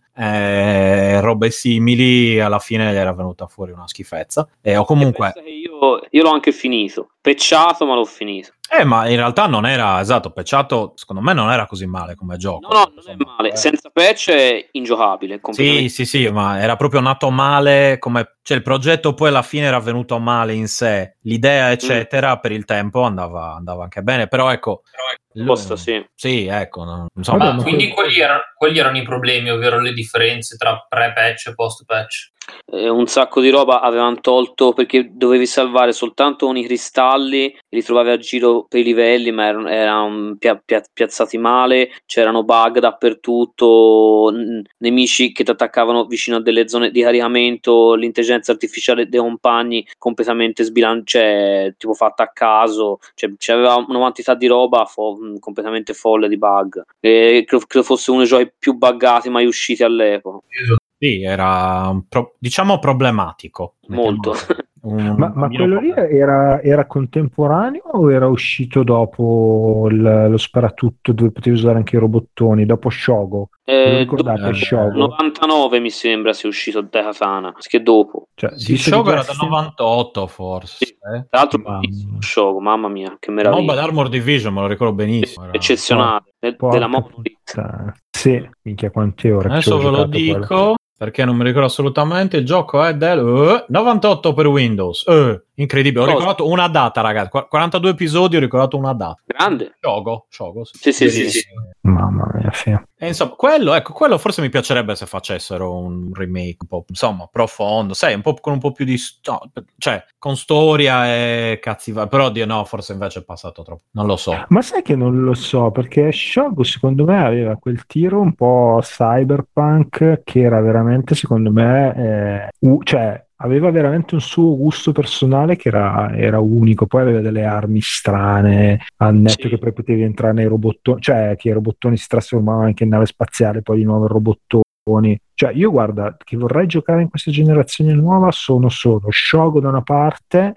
e robe simili, alla fine gli era venuta fuori una schifezza. E o comunque... E io, io l'ho anche finito, pecciato ma l'ho finito. Eh, ma in realtà non era, esatto, pecciato, secondo me non era così male come gioco. No, no, non insomma, è male, eh. Senza patch è ingiocabile. Sì, sì, sì, ma era proprio nato male, come, cioè il progetto poi alla fine era venuto male in sé, l'idea eccetera, mm. per il tempo andava, andava anche bene, però ecco... Lui, Posta, sì. sì, ecco. Non, insomma, ma quindi quelli erano, quelli erano i problemi, ovvero le differenze tra pre-patch e post-patch? Eh, un sacco di roba avevano tolto perché dovevi salvare soltanto con i cristalli, li trovavi a giro per i livelli, ma erano, erano pia, pia, piazzati male, c'erano bug dappertutto, n- nemici che ti attaccavano vicino a delle zone di caricamento, l'intelligenza artificiale dei compagni completamente sbilanciata, tipo fatta a caso, cioè c'aveva una quantità di roba fo- completamente folle di bug, e credo, credo fosse uno dei giochi più buggati mai usciti all'epoca. Sì, era pro- diciamo problematico. Molto. Un, ma ma quello lì era, era contemporaneo o era uscito dopo il, lo sparatutto dove potevi usare anche i robottoni, dopo Shogo? Eh, Lo ricordate do- Shogo? novantanove mi sembra sia uscito Daikatana, che dopo. Cioè, sì, Shogo era del novantotto forse. Sì. Tra l'altro Shogo, mamma mia, che meraviglia. Mobile Armor Division, me lo ricordo benissimo. Era... Eccezionale. Porca della puttana. Sì, minchia quante ore. Adesso ve lo dico. Quello. Perché non mi ricordo assolutamente. Il gioco è del uh, novantotto per Windows. Uh, incredibile. Ho Cosa? ricordato una data, ragazzi. quarantadue episodi, ho ricordato una data. Grande. Shogo. Shogo sì, sì, sì, sì. Mamma mia, sì. E insomma, quello, ecco, quello forse mi piacerebbe se facessero un remake un po', insomma, profondo. Sai, un po' con un po' più di... No, cioè, con storia e cazzi... Però, Dio, no, forse invece è passato troppo. Non lo so. Ma sai che non lo so, perché Shogo, secondo me, aveva quel tiro un po' cyberpunk che era veramente, secondo me, eh, u- cioè... aveva veramente un suo gusto personale che era, era unico, poi aveva delle armi strane, a netto sì. Che poi potevi entrare nei robottoni, cioè che i robottoni si trasformavano anche in nave spaziale, poi di nuovo in robottoni, Cioè io guarda che vorrei giocare in questa generazione nuova sono solo Shogo da una parte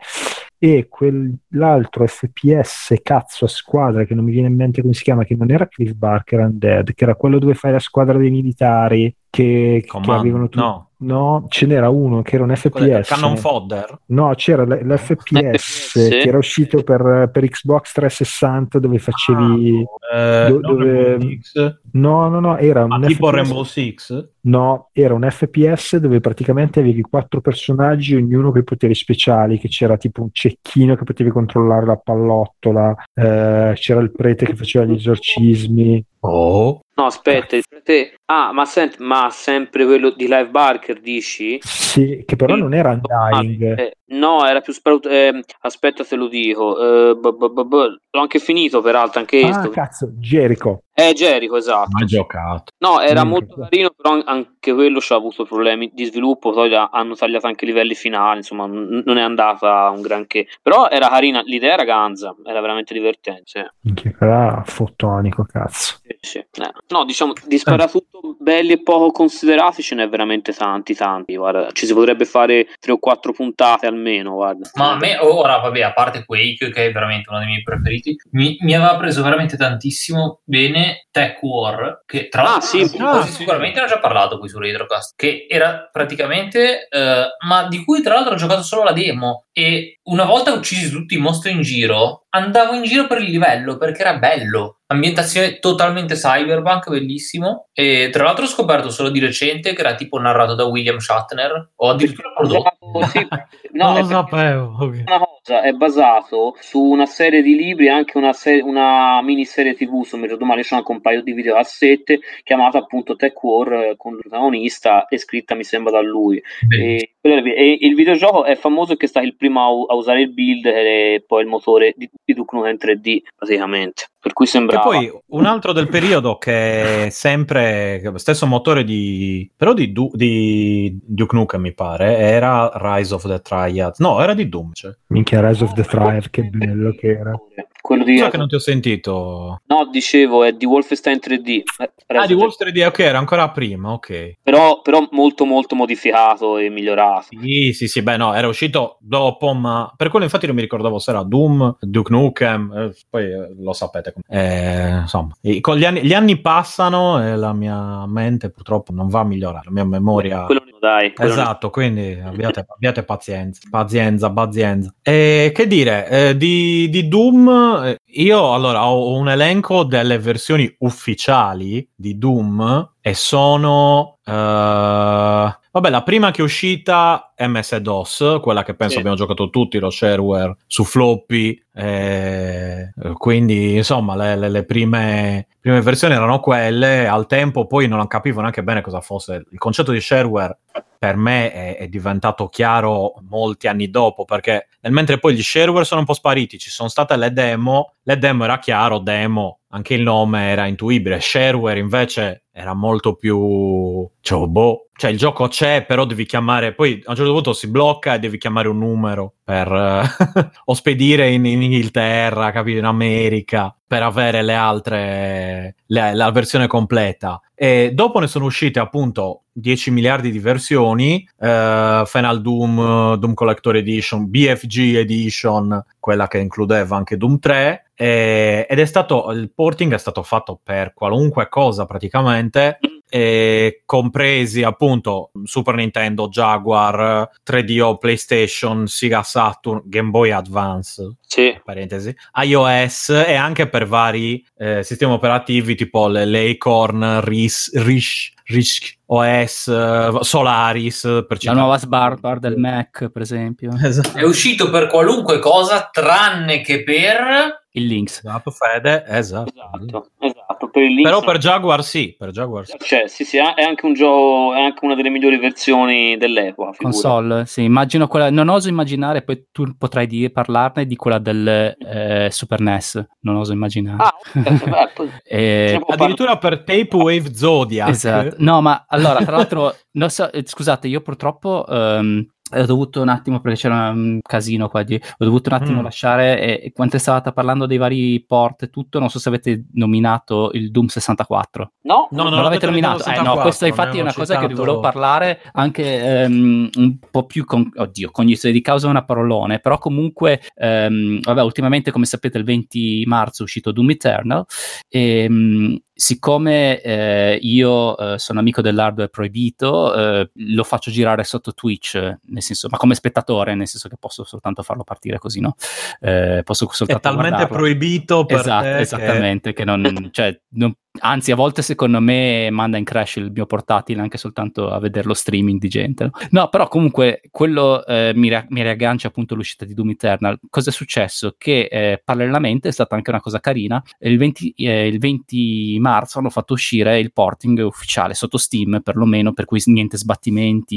e quell'altro F P S cazzo a squadra che non mi viene in mente come si chiama, che non era Cliff Barker Undead, che era quello dove fai la squadra dei militari che, che avevano tutti. No. No, ce n'era uno che era un F P S. Cannon Fodder? No, c'era l- l'F P S che era uscito per, per Xbox trecentosessanta dove facevi ah, do, eh, dove... no no no era ah, un tipo F P S... Rainbow Six? No, era un F P S dove praticamente avevi quattro personaggi, ognuno con i poteri speciali, che c'era tipo un cecchino che potevi controllare la pallottola, eh, c'era il prete che faceva gli esorcismi. Oh. No, aspetta, il prete... Ah, ma senti, ma sempre quello di Clive Barker, dici? Sì, che però non era Undying. Eh, no, era più sparato... Eh, aspetta se lo dico. Eh, b- b- b- b- l'ho anche finito, peraltro, anche ah, questo. Cazzo, Jericho. Eh, Jericho, esatto. Mai giocato. No, era Jericho. molto carino, però anche quello ci ha avuto problemi di sviluppo, poi hanno tagliato anche i livelli finali, insomma, n- non è andata un granché. Però era carina, l'idea era ganza, era veramente divertente. Sì. Minchia, era fotonico, cazzo. Sì, sì. Eh. No, diciamo, di sparatutto belli e poco considerati ce n'è veramente tanti, tanti, guarda. Ci si potrebbe fare tre o quattro puntate almeno, guarda. Ma a me, ora, vabbè, a parte Quake, che è veramente uno dei miei preferiti, mi, mi aveva preso veramente tantissimo bene Tech War, che tra l'altro ah, sì, ah, sì, sicuramente ne ho già parlato qui su Retrocast, che era praticamente, eh, ma di cui tra l'altro ho giocato solo la demo, e una volta uccisi tutti i mostri in giro, andavo in giro per il livello, perché era bello. Ambientazione totalmente cyberpunk, bellissimo. E tra l'altro ho scoperto solo di recente che era tipo narrato da William Shatner, o addirittura prodotto. Sì, no, non lo è sapevo. Okay. Una cosa, è basato su una serie di libri, anche una, serie, una miniserie tivù su Mezzodomani, c'è anche un paio di videocassette chiamata appunto Tech War, con il protagonista e scritta mi sembra da lui. E, e il videogioco è famoso perché è stato il primo a, a usare il build e poi il motore di, di Duke Nukem tre D praticamente, per cui sembrava... E poi un altro del periodo che è sempre stesso motore di però di, du, di Duke Nukem mi pare era Rise of the Triad, no era di Doom, cioè. Minchia, Rise of the Triad, che bello che era. Quello di... So che non ti ho sentito. No, dicevo, è di Wolfenstein tre D. Ah, di Wolfenstein tre D, ok, era ancora prima, ok. Però, però molto molto modificato e migliorato. Sì, sì, sì, beh no, era uscito dopo, ma per quello infatti non mi ricordavo se era Doom, Duke Nukem, eh, poi eh, lo sapete. Eh, insomma, con gli anni, gli anni passano e la mia mente purtroppo non va a migliorare, la mia memoria... Quello dai, esatto, quindi abbiate, abbiate pazienza, pazienza, pazienza. E che dire, eh, di, di Doom, io allora ho un elenco delle versioni ufficiali di Doom e sono... Uh, vabbè, la prima che è uscita M S DOS, quella che penso sì. abbiamo giocato tutti, lo shareware su floppy, eh, quindi insomma le, le, le prime, prime versioni erano quelle. Al tempo poi non capivo neanche bene cosa fosse il concetto di shareware. Per me è, è diventato chiaro molti anni dopo, perché nel mentre poi gli shareware sono un po' spariti, ci sono state le demo, le demo era chiaro, demo, anche il nome era intuibile. Shareware invece era molto più cioè, boh, cioè il gioco c'è, però devi chiamare, poi a un certo punto si blocca e devi chiamare un numero per uh, o spedire in, in Inghilterra, capito, in America, per avere le altre le, la versione completa. E dopo ne sono uscite appunto dieci miliardi di versioni, uh, Final Doom, Doom Collector Edition, B F G Edition, quella che includeva anche Doom tre, e, ed è stato, il porting è stato fatto per qualunque cosa praticamente, e compresi appunto Super Nintendo, Jaguar, tre D O, PlayStation, Sega Saturn, Game Boy Advance, sì. parentesi, iOS, e anche per vari eh, sistemi operativi tipo le, le Acorn, RIS, RISC, RISC O S, uh, Solaris, per la nuova sbarbar del Mac, per esempio. Esatto. È uscito per qualunque cosa tranne che per il Lynx. Esatto, Fede, esatto. Esatto, esatto. Per il Lynx, però per Jaguar sì, per Jaguar sì. Cioè, sì, sì, è anche un gioco, è anche una delle migliori versioni dell'epoca. Figura. Console, sì, immagino quella, non oso immaginare, poi tu potrai dire, parlarne di quella del eh, Super N E S, non oso immaginare. Ah, beh, poi, e... addirittura per Tape Wave Zodiac. Esatto, no, ma allora, tra l'altro, non so, scusate, io purtroppo... Um, ho dovuto un attimo, perché c'era un casino qua di, ho dovuto un attimo mm. lasciare, e, e quando stavate parlando dei vari port e tutto, non so se avete nominato il Doom sessantaquattro. No, No, non non l'avete nominato. Eh, no, questa infatti è una cosa che vi volevo parlare anche um, un po' più con oddio, cognizione di causa è una parolone, però comunque um, vabbè, ultimamente come sapete il venti marzo è uscito Doom Eternal e um, siccome eh, io eh, sono amico dell'hardware proibito, eh, lo faccio girare sotto Twitch, nel senso, ma come spettatore, nel senso che posso soltanto farlo partire così, no? Eh, posso soltanto è talmente guardarlo. proibito per esatto, te esattamente, che, che non, cioè, non, anzi a volte secondo me manda in crash il mio portatile anche soltanto a vedere lo streaming di gente, no, no però comunque quello eh, mi, ra- mi riaggancia appunto all'uscita di Doom Eternal. Cosa è successo? Che eh, parallelamente è stata anche una cosa carina, il venti, eh, il venti marzo hanno fatto uscire il porting ufficiale sotto Steam, perlomeno, per cui niente sbattimenti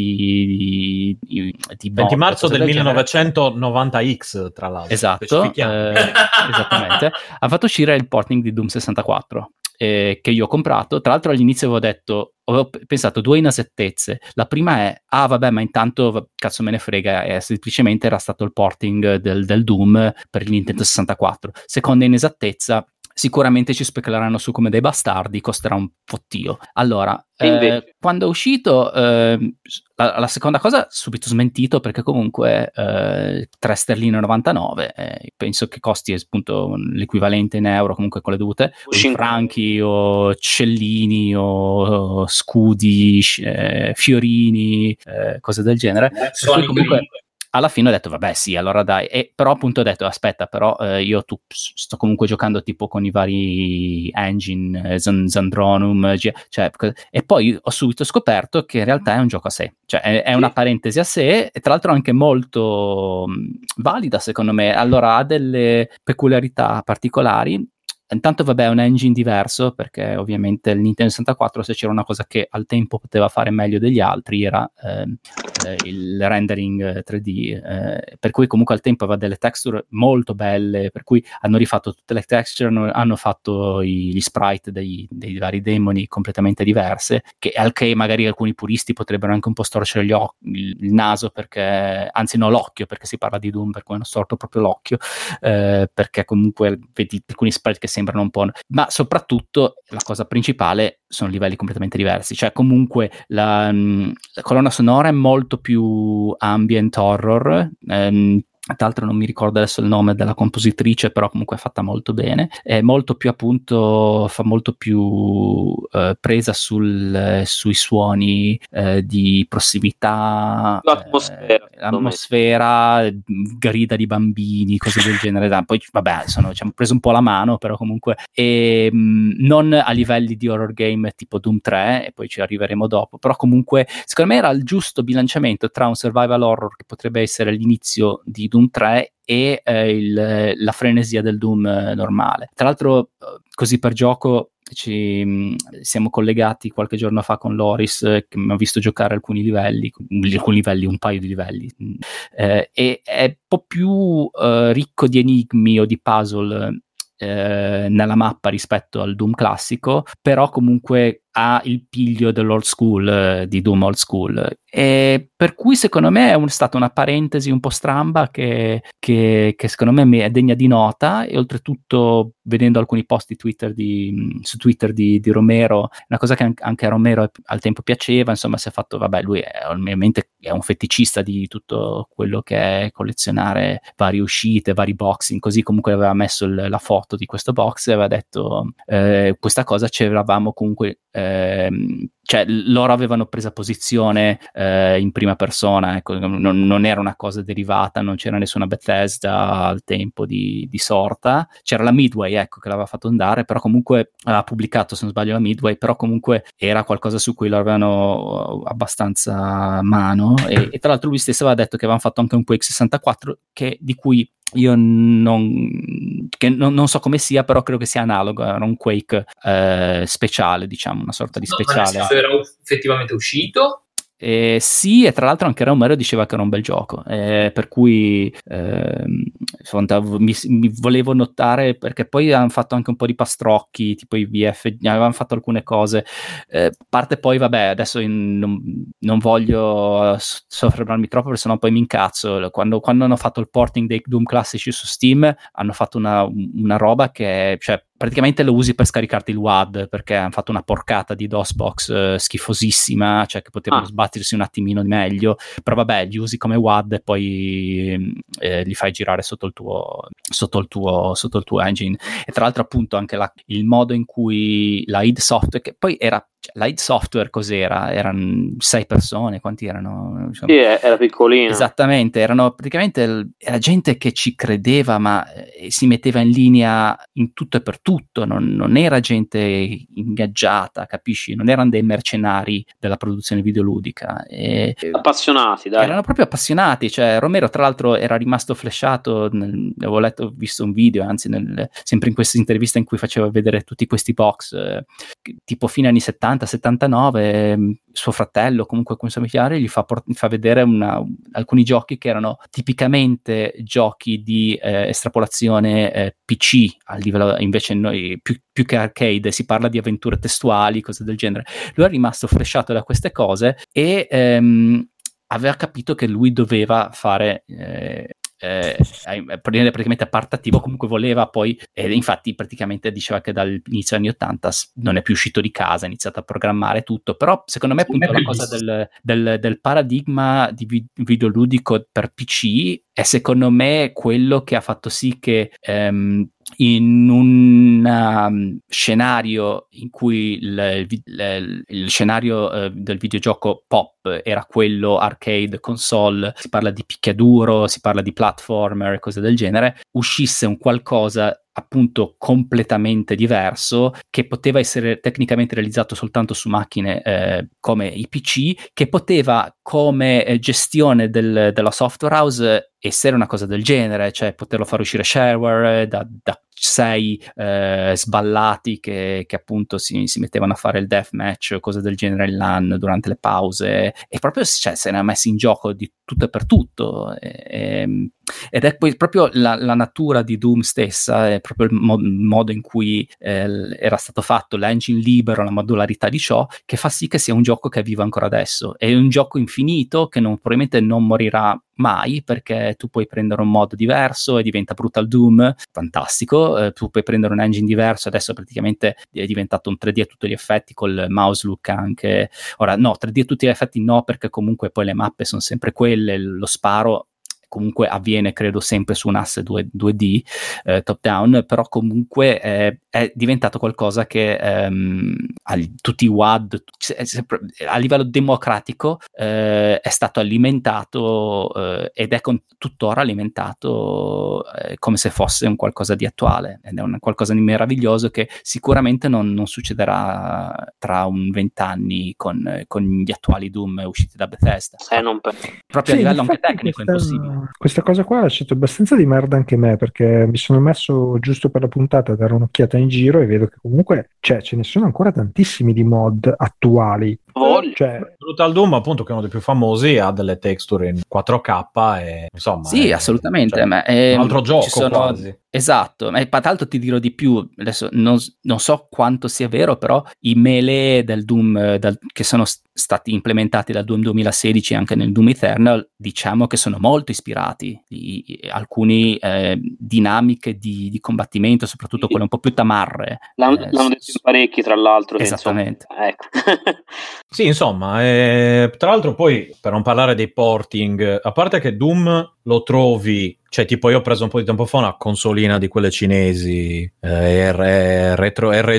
di, di, di venti marzo del, del millenovecentonovanta X, tra l'altro. Esatto, eh, esattamente. Ha fatto uscire il porting di Doom sessantaquattro. Eh, che io ho comprato. Tra l'altro all'inizio avevo detto, avevo pensato due inesattezze. La prima è, ah vabbè, ma intanto cazzo me ne frega, è semplicemente era stato il porting del, del Doom per il Nintendo sessantaquattro. Seconda inesattezza, sicuramente ci speculeranno su come dei bastardi, costerà un fottio. Allora, eh, quando è uscito, eh, la, la seconda cosa subito smentito, perché comunque eh, tre sterline e novantanove, eh, penso che costi appunto l'equivalente in euro, comunque con le dovute franchi o cellini o, o scudi, eh, fiorini, eh, cose del genere. Sono comunque alla fine ho detto vabbè sì, allora dai, e però appunto ho detto aspetta, però eh, io tu, sto comunque giocando tipo con i vari engine, eh, Zandronum, cioè, e poi ho subito scoperto che in realtà è un gioco a sé, cioè è, è una parentesi a sé e tra l'altro anche molto mh, valida secondo me. Allora ha delle peculiarità particolari. Intanto vabbè è un engine diverso, perché ovviamente il Nintendo sessantaquattro, se c'era una cosa che al tempo poteva fare meglio degli altri era ehm, eh, il rendering tre D, eh, per cui comunque al tempo aveva delle texture molto belle, per cui hanno rifatto tutte le texture, hanno, hanno fatto i, gli sprite dei, dei vari demoni completamente diverse, che al che magari alcuni puristi potrebbero anche un po' storcere gli occhi, il, il naso, perché anzi no l'occhio, perché si parla di Doom, per cui hanno storto proprio l'occhio, eh, perché comunque vedi alcuni sprite che sembrano un po', ma soprattutto la cosa principale sono livelli completamente diversi, cioè comunque la, la colonna sonora è molto più ambient horror, ehm, tra l'altro non mi ricordo adesso il nome della compositrice, però comunque è fatta molto bene, è molto più appunto, fa molto più eh, presa sul, sui suoni eh, di prossimità, l'atmosfera, eh, l'atmosfera, grida di bambini, cose del genere. Poi vabbè, sono, ci hanno preso un po' la mano, però comunque e, mh, non a livelli di horror game tipo Doom tre, e poi ci arriveremo dopo, però comunque secondo me era il giusto bilanciamento tra un survival horror che potrebbe essere l'inizio di Doom tre e eh, il, la frenesia del Doom eh, normale. Tra l'altro, così per gioco, ci mh, siamo collegati qualche giorno fa con Loris, eh, che mi ha visto giocare alcuni livelli, alcuni livelli, un paio di livelli, eh, e è un po' più eh, ricco di enigmi o di puzzle eh, nella mappa rispetto al Doom classico, però comunque ha il piglio dell'old school, eh, di Doom old school, e per cui secondo me è un, stata una parentesi un po' stramba che, che, che secondo me è degna di nota. E oltretutto, vedendo alcuni post di Twitter di, su Twitter di, di Romero, una cosa che anche a Romero al tempo piaceva, insomma si è fatto, vabbè, lui è, ovviamente è un feticista di tutto quello che è collezionare varie uscite, vari boxing, così comunque aveva messo il, la foto di questo box e aveva detto eh, questa cosa ci eravamo comunque eh, cioè loro avevano presa posizione eh, in prima persona, ecco, non, non era una cosa derivata, non c'era nessuna Bethesda al tempo di, di sorta, c'era la Midway, ecco, che l'aveva fatto andare, però comunque ha pubblicato, se non sbaglio, la Midway, però comunque era qualcosa su cui loro avevano abbastanza mano, e, e tra l'altro lui stesso aveva detto che avevano fatto anche un Quake sessantaquattro, che, di cui io non, che non, non so come sia, però credo che sia analogo, era un Quake eh, speciale, diciamo, una sorta di speciale. No, ma nel senso era effettivamente uscito? Eh, sì, e tra l'altro anche Romero diceva che era un bel gioco, eh, per cui eh, mi, mi volevo notare, perché poi hanno fatto anche un po' di pastrocchi, tipo i V F, avevano fatto alcune cose, eh, parte poi vabbè, adesso in, non, non voglio soffermarmi troppo, perché sennò poi mi incazzo. Quando, quando hanno fatto il porting dei Doom classici su Steam hanno fatto una, una roba che, cioè, praticamente lo usi per scaricarti il W A D, perché hanno fatto una porcata di DOSBox eh, schifosissima, cioè che potevano ah. sbattersi un attimino meglio, però vabbè, li usi come W A D e poi eh, li fai girare sotto il tuo sotto il tuo sotto il tuo engine. E tra l'altro appunto anche la, il modo in cui la id Software, che poi era la id Software cos'era? Erano sei persone, quanti erano? Sì, era piccolino. Esattamente, erano praticamente era gente che ci credeva, ma eh, si metteva in linea in tutto e per tutto, non, non era gente ingaggiata, capisci? Non erano dei mercenari della produzione videoludica. E, appassionati, dai. Erano proprio appassionati, cioè Romero tra l'altro era rimasto flashato, nel, avevo letto, ho visto un video, anzi nel, sempre in questa intervista in cui faceva vedere tutti questi box, eh, tipo fine anni settanta settantanove, suo fratello comunque con i suoi familiari gli fa, port- fa vedere una, alcuni giochi che erano tipicamente giochi di eh, estrapolazione eh, P C, al livello invece noi più, più che arcade si parla di avventure testuali, cose del genere. Lui è rimasto flashato da queste cose e ehm, aveva capito che lui doveva fare eh, Eh, praticamente a parte attivo, comunque voleva poi, e infatti praticamente diceva che dall'inizio anni ottanta non è più uscito di casa, ha iniziato a programmare tutto, però secondo me appunto la cosa del, del, del paradigma di vi- videoludico per P C è secondo me quello che ha fatto sì che ehm, in un um, scenario in cui il, il, il scenario uh, del videogioco pop era quello arcade, console, si parla di picchiaduro, si parla di platformer, cose del genere, uscisse un qualcosa appunto completamente diverso che poteva essere tecnicamente realizzato soltanto su macchine eh, come i P C, che poteva come eh, gestione del, della software house essere una cosa del genere, cioè poterlo far uscire shareware da, da sei eh, sballati che, che appunto si, si mettevano a fare il deathmatch o cose del genere in LAN durante le pause, e proprio cioè, se ne ha messi in gioco di tutto e per tutto, e, e, ed è poi proprio la, la natura di Doom stessa, è proprio il, mo- il modo in cui eh, era stato fatto, l'engine libero, la modularità di ciò, che fa sì che sia un gioco che è vivo ancora adesso, è un gioco infinito che non, probabilmente non morirà mai, perché tu puoi prendere un mod diverso e diventa Brutal Doom, fantastico, eh, tu puoi prendere un engine diverso, adesso praticamente è diventato un tre D a tutti gli effetti col mouse look anche, ora no, tre D a tutti gli effetti no, perché comunque poi le mappe sono sempre quelle, lo sparo comunque avviene credo sempre su un asse due D eh, top down, però comunque eh, è diventato qualcosa che ehm, a, tutti i W A D a livello democratico eh, è stato alimentato eh, ed è con, tuttora alimentato eh, come se fosse un qualcosa di attuale, ed è un qualcosa di meraviglioso che sicuramente non, non succederà tra un vent'anni con, con gli attuali Doom usciti da Bethesda, eh, non per... proprio sì, a livello anche tecnico questa, è impossibile. Questa cosa qua ha lasciato abbastanza di merda anche me, perché mi sono messo giusto per la puntata a dare un'occhiata in giro e vedo che comunque cioè, ce ne sono ancora tantissimi di mod attuali. Cioè... Brutal Doom appunto, che è uno dei più famosi, ha delle texture in quattro K e insomma sì, è, assolutamente, cioè, ma è un altro gioco sono, quasi. Esatto, ma tra l'altro ti dirò di più, adesso non, non so quanto sia vero, però i melee del Doom dal, che sono stati implementati dal Doom duemilasedici anche nel Doom Eternal, diciamo che sono molto ispirati, i, i, alcune eh, dinamiche di, di combattimento, soprattutto sì, quelle un po' più tamarre. L'hanno, eh, l'hanno detto in parecchi, tra l'altro. Esattamente. Insomma, ecco. Sì, insomma, eh, tra l'altro poi, per non parlare dei porting, a parte che Doom lo trovi, cioè tipo io ho preso un po' di tempo fa una consolina di quelle cinesi, eh, R, retro R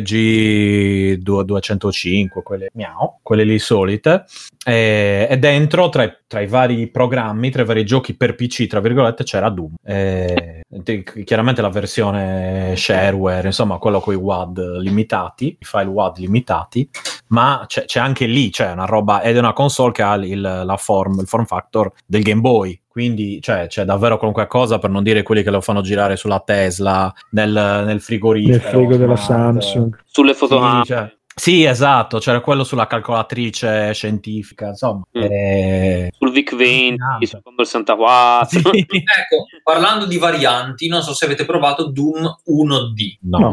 G duecentocinque, quelle miau, quelle lì solite, e, e dentro tra i, tra i vari programmi, tra i vari giochi per P C, tra virgolette, c'era Doom. E, chiaramente la versione shareware, insomma quello con i W A D limitati, i file W A D limitati, ma c'è, c'è anche lì, c'è una roba, ed è una console che ha il, la form, il form factor del Game Boy, quindi cioè, c'è davvero qualunque cosa, per non dire quelli che lo fanno girare sulla Tesla, nel, nel frigorifero, nel frigo smart, della Samsung, sulle foto. Sì, cioè, sì, esatto, c'era quello sulla calcolatrice scientifica, insomma. Mm. E... sul V I C venti, sul Commodore sessantaquattro. Sì. Ecco, parlando di varianti, non so se avete provato Doom uno D. No. no.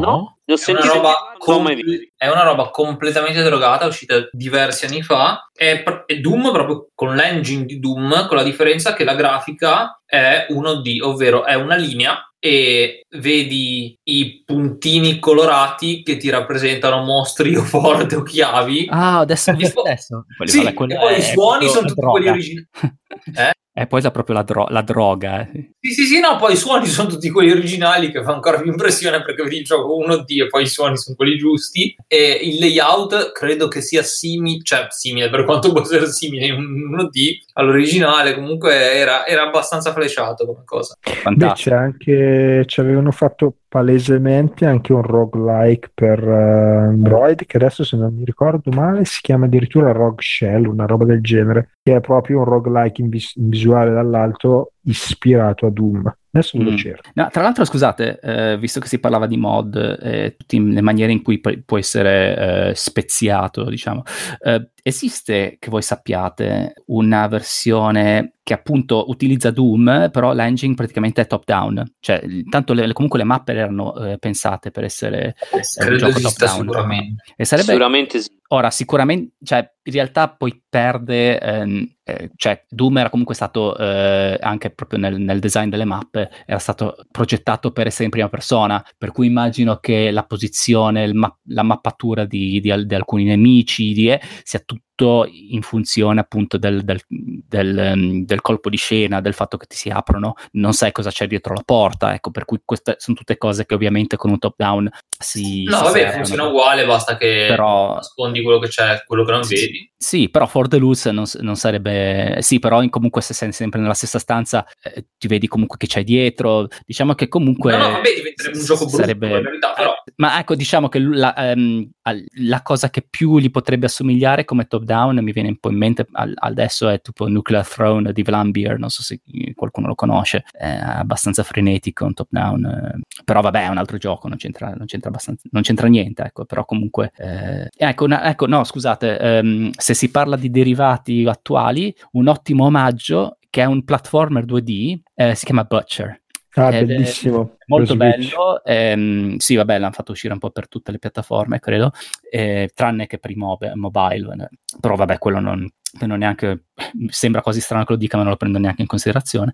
Ne ho È una, sentito roba non ho mai comple- visto. è una roba completamente drogata, uscita diversi anni fa. È, pr- è Doom proprio con l'engine di Doom, con la differenza che la grafica è uno D, ovvero è una linea e vedi i puntini colorati che ti rappresentano mostri o porte o chiavi. Ah, adesso ho E visto poi- adesso. Quelli, sì, vabbè, quello e poi è i suoni proprio sono la tutti droga. quelli originali. Eh? E poi è proprio la, dro- la droga. eh. Sì, sì, sì, no, poi i suoni sono tutti quelli originali che fa ancora più impressione perché vedi il gioco uno D e poi i suoni sono quelli giusti e il layout credo che sia simile, cioè simile per quanto può essere simile in uno D all'originale, comunque era, era abbastanza flashato come cosa. Beh, Fantastico. c'è anche, ci avevano fatto palesemente anche un roguelike per uh, Android, che adesso, se non mi ricordo male, si chiama addirittura Rogue Shell, una roba del genere, che è proprio un roguelike in, vis- in visuale dall'alto ispirato a Doom. Adesso ve lo Mm. cerco. No, tra l'altro, scusate, eh, visto che si parlava di mod e eh, tutte le maniere in cui pu- può essere eh, speziato, diciamo, eh, esiste, che voi sappiate, una versione che appunto utilizza Doom, però l'engine praticamente è top down, cioè tanto le, comunque le mappe erano eh, pensate per essere eh, un Credo gioco top esista down. sicuramente. E sarebbe Sicuramente sì. ora sicuramente, cioè in realtà poi perde, ehm, eh, cioè Doom era comunque stato eh, anche proprio nel, nel design delle mappe, era stato progettato per essere in prima persona, per cui immagino che la posizione, il ma- la mappatura di, di, al- di alcuni nemici di, eh, sia tutto in funzione appunto del, del, del, um, del colpo di scena, del fatto che ti si aprono, non sai cosa c'è dietro la porta, ecco, per cui queste sono tutte cose che ovviamente con un top down si No, si vabbè, servono. funziona uguale, basta che Però nascondi quello che c'è, quello che non sì, vedi. sì, però For the Loose non, non sarebbe, sì, però in, comunque se sei sempre nella stessa stanza eh, ti vedi comunque che c'è dietro, diciamo che comunque No, no, vabbè, diventerebbe un gioco brutto, sarebbe, per carità, però. eh, ma ecco, diciamo che la, ehm, al- la cosa che più gli potrebbe assomigliare come top down, mi viene un po' in mente al- adesso, è tipo Nuclear Throne di Vlambeer, non so se qualcuno lo conosce, è abbastanza frenetico, un top down, eh, però vabbè è un altro gioco, non c'entra, non c'entra abbastanza, non c'entra niente, ecco, però comunque eh, ecco, una, ecco, no, scusate, ehm, se si parla di derivati attuali, un ottimo omaggio che è un platformer due D, eh, si chiama Butcher. Ah, Ed è bellissimo. molto Per Switch. bello, ehm, sì vabbè l'hanno fatto uscire un po' per tutte le piattaforme credo, eh, tranne che per i mob- mobile, eh, però vabbè quello non, non neanche, sembra quasi strano che lo dica ma non lo prendo neanche in considerazione.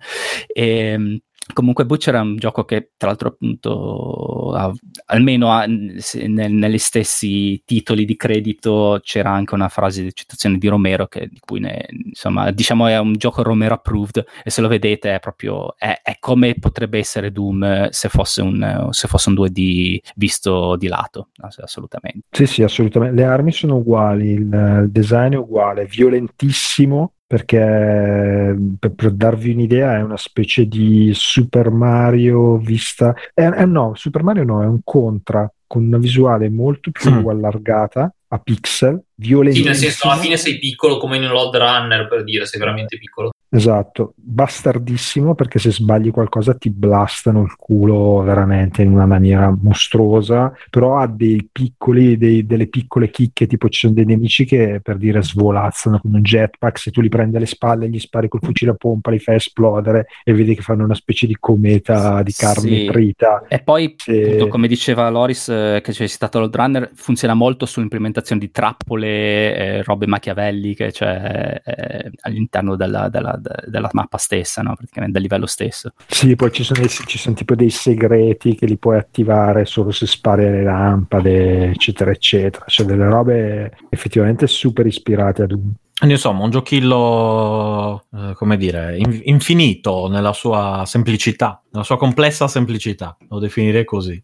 E, comunque Butcher è un gioco che tra l'altro appunto ha, almeno ha, se, nel, negli stessi titoli di credito c'era anche una frase di citazione di Romero che, di cui ne, insomma diciamo è un gioco Romero approved, e se lo vedete è proprio è, è come potrebbe essere Doom se fosse un, se fosse un due D visto di lato, assolutamente. Sì, sì, assolutamente. Le armi sono uguali, il, il design è uguale, violentissimo, perché per, per darvi un'idea è una specie di Super Mario vista... È, è, no, Super Mario no, è un Contra con una visuale molto più Mm. allargata, a pixel, Sì, violentissimo. nel senso, alla fine sei piccolo come in un Load Runner, per dire, sei veramente piccolo. Esatto, bastardissimo, perché se sbagli qualcosa ti blastano il culo veramente in una maniera mostruosa, però ha dei piccoli, dei, delle piccole chicche, tipo ci sono dei nemici che per dire svolazzano con un jetpack, se tu li prendi alle spalle gli spari col fucile a pompa, li fai esplodere e vedi che fanno una specie di cometa di carne Sì. trita. E poi, Se... appunto, come diceva Loris, eh, che c'è citato Load Runner, funziona molto sull'implementazione di trappole, eh, robe machiavelliche, cioè eh, all'interno della, della, della mappa stessa, no? Praticamente del livello stesso. Sì, poi ci sono, ci sono tipo dei segreti che li puoi attivare solo se spari le lampade, eccetera, eccetera. Cioè delle robe effettivamente super ispirate ad un... Insomma, un giochillo, eh, come dire, in- infinito nella sua semplicità, nella sua complessa semplicità, lo definirei così.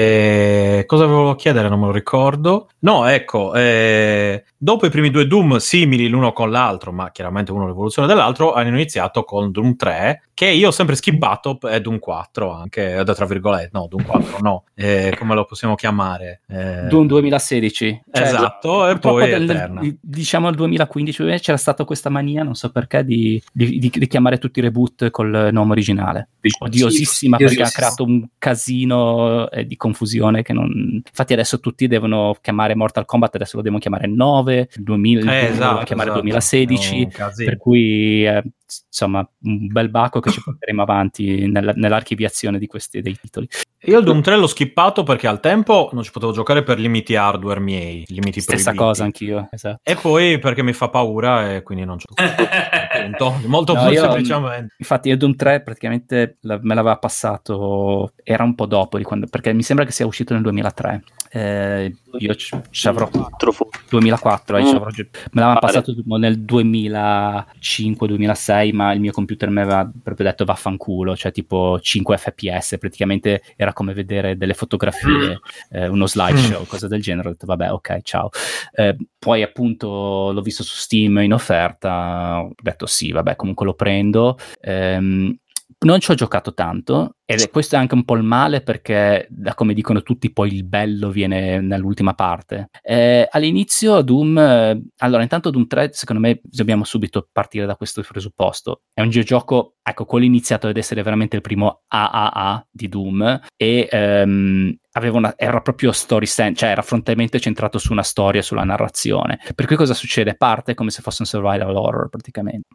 E cosa volevo chiedere? Non me lo ricordo. No, ecco, eh, dopo i primi due Doom simili l'uno con l'altro, ma chiaramente uno l'evoluzione dell'altro, hanno iniziato con Doom tre, che io ho sempre skippato, e Doom quattro anche, da tra virgolette, no, Doom quattro no, eh, come lo possiamo chiamare? Eh, Doom duemilasedici. Cioè, esatto, e purtroppo poi del- Eterna. diciamo al duemilaquindici c'era stata questa mania, non so perché, di, di, di, di chiamare tutti i reboot col nome originale. Odiosissima, Sì, perché ha sì, creato un casino eh, di confusione che non... Infatti adesso tutti devono chiamare Mortal Kombat, adesso lo devono chiamare nove, duemila, Eh, lo esatto, devono chiamare esatto. duemilasedici, È un casino. per cui eh, insomma un bel baco che ci porteremo avanti nella, nell'archiviazione di questi dei titoli. Io il Doom tre l'ho skippato perché al tempo non ci potevo giocare per limiti hardware miei, limiti stessa proibiti. cosa anch'io, esatto. E poi perché mi fa paura e quindi non ci ho giocato. Molto no, più io, semplicemente. Infatti io Doom tre praticamente la, me l'aveva passato, era un po' dopo di quando, perché mi sembra che sia uscito nel duemilatré. Eh, io ci, ci avrò duemilaquattro, eh, ci avrò, me l'avevano passato nel duemilacinque duemilasei, ma il mio computer mi aveva proprio detto vaffanculo, cioè tipo cinque F P S, praticamente era come vedere delle fotografie, eh, uno slideshow, cosa del genere. Ho detto vabbè, ok, ciao. Eh, poi appunto l'ho visto su Steam in offerta, ho detto sì, vabbè, comunque lo prendo. Ehm, non ci ho giocato tanto, ed è questo è anche un po' il male, perché da come dicono tutti poi il bello viene nell'ultima parte. Eh, all'inizio Doom, eh, allora intanto Doom tre secondo me dobbiamo subito partire da questo presupposto, è un gioco, ecco, quello iniziato ad essere veramente il primo A A A di Doom, e ehm, aveva una, era proprio story stand, cioè era frontalmente centrato su una storia, sulla narrazione, per cui cosa succede? Parte come se fosse un survival horror praticamente,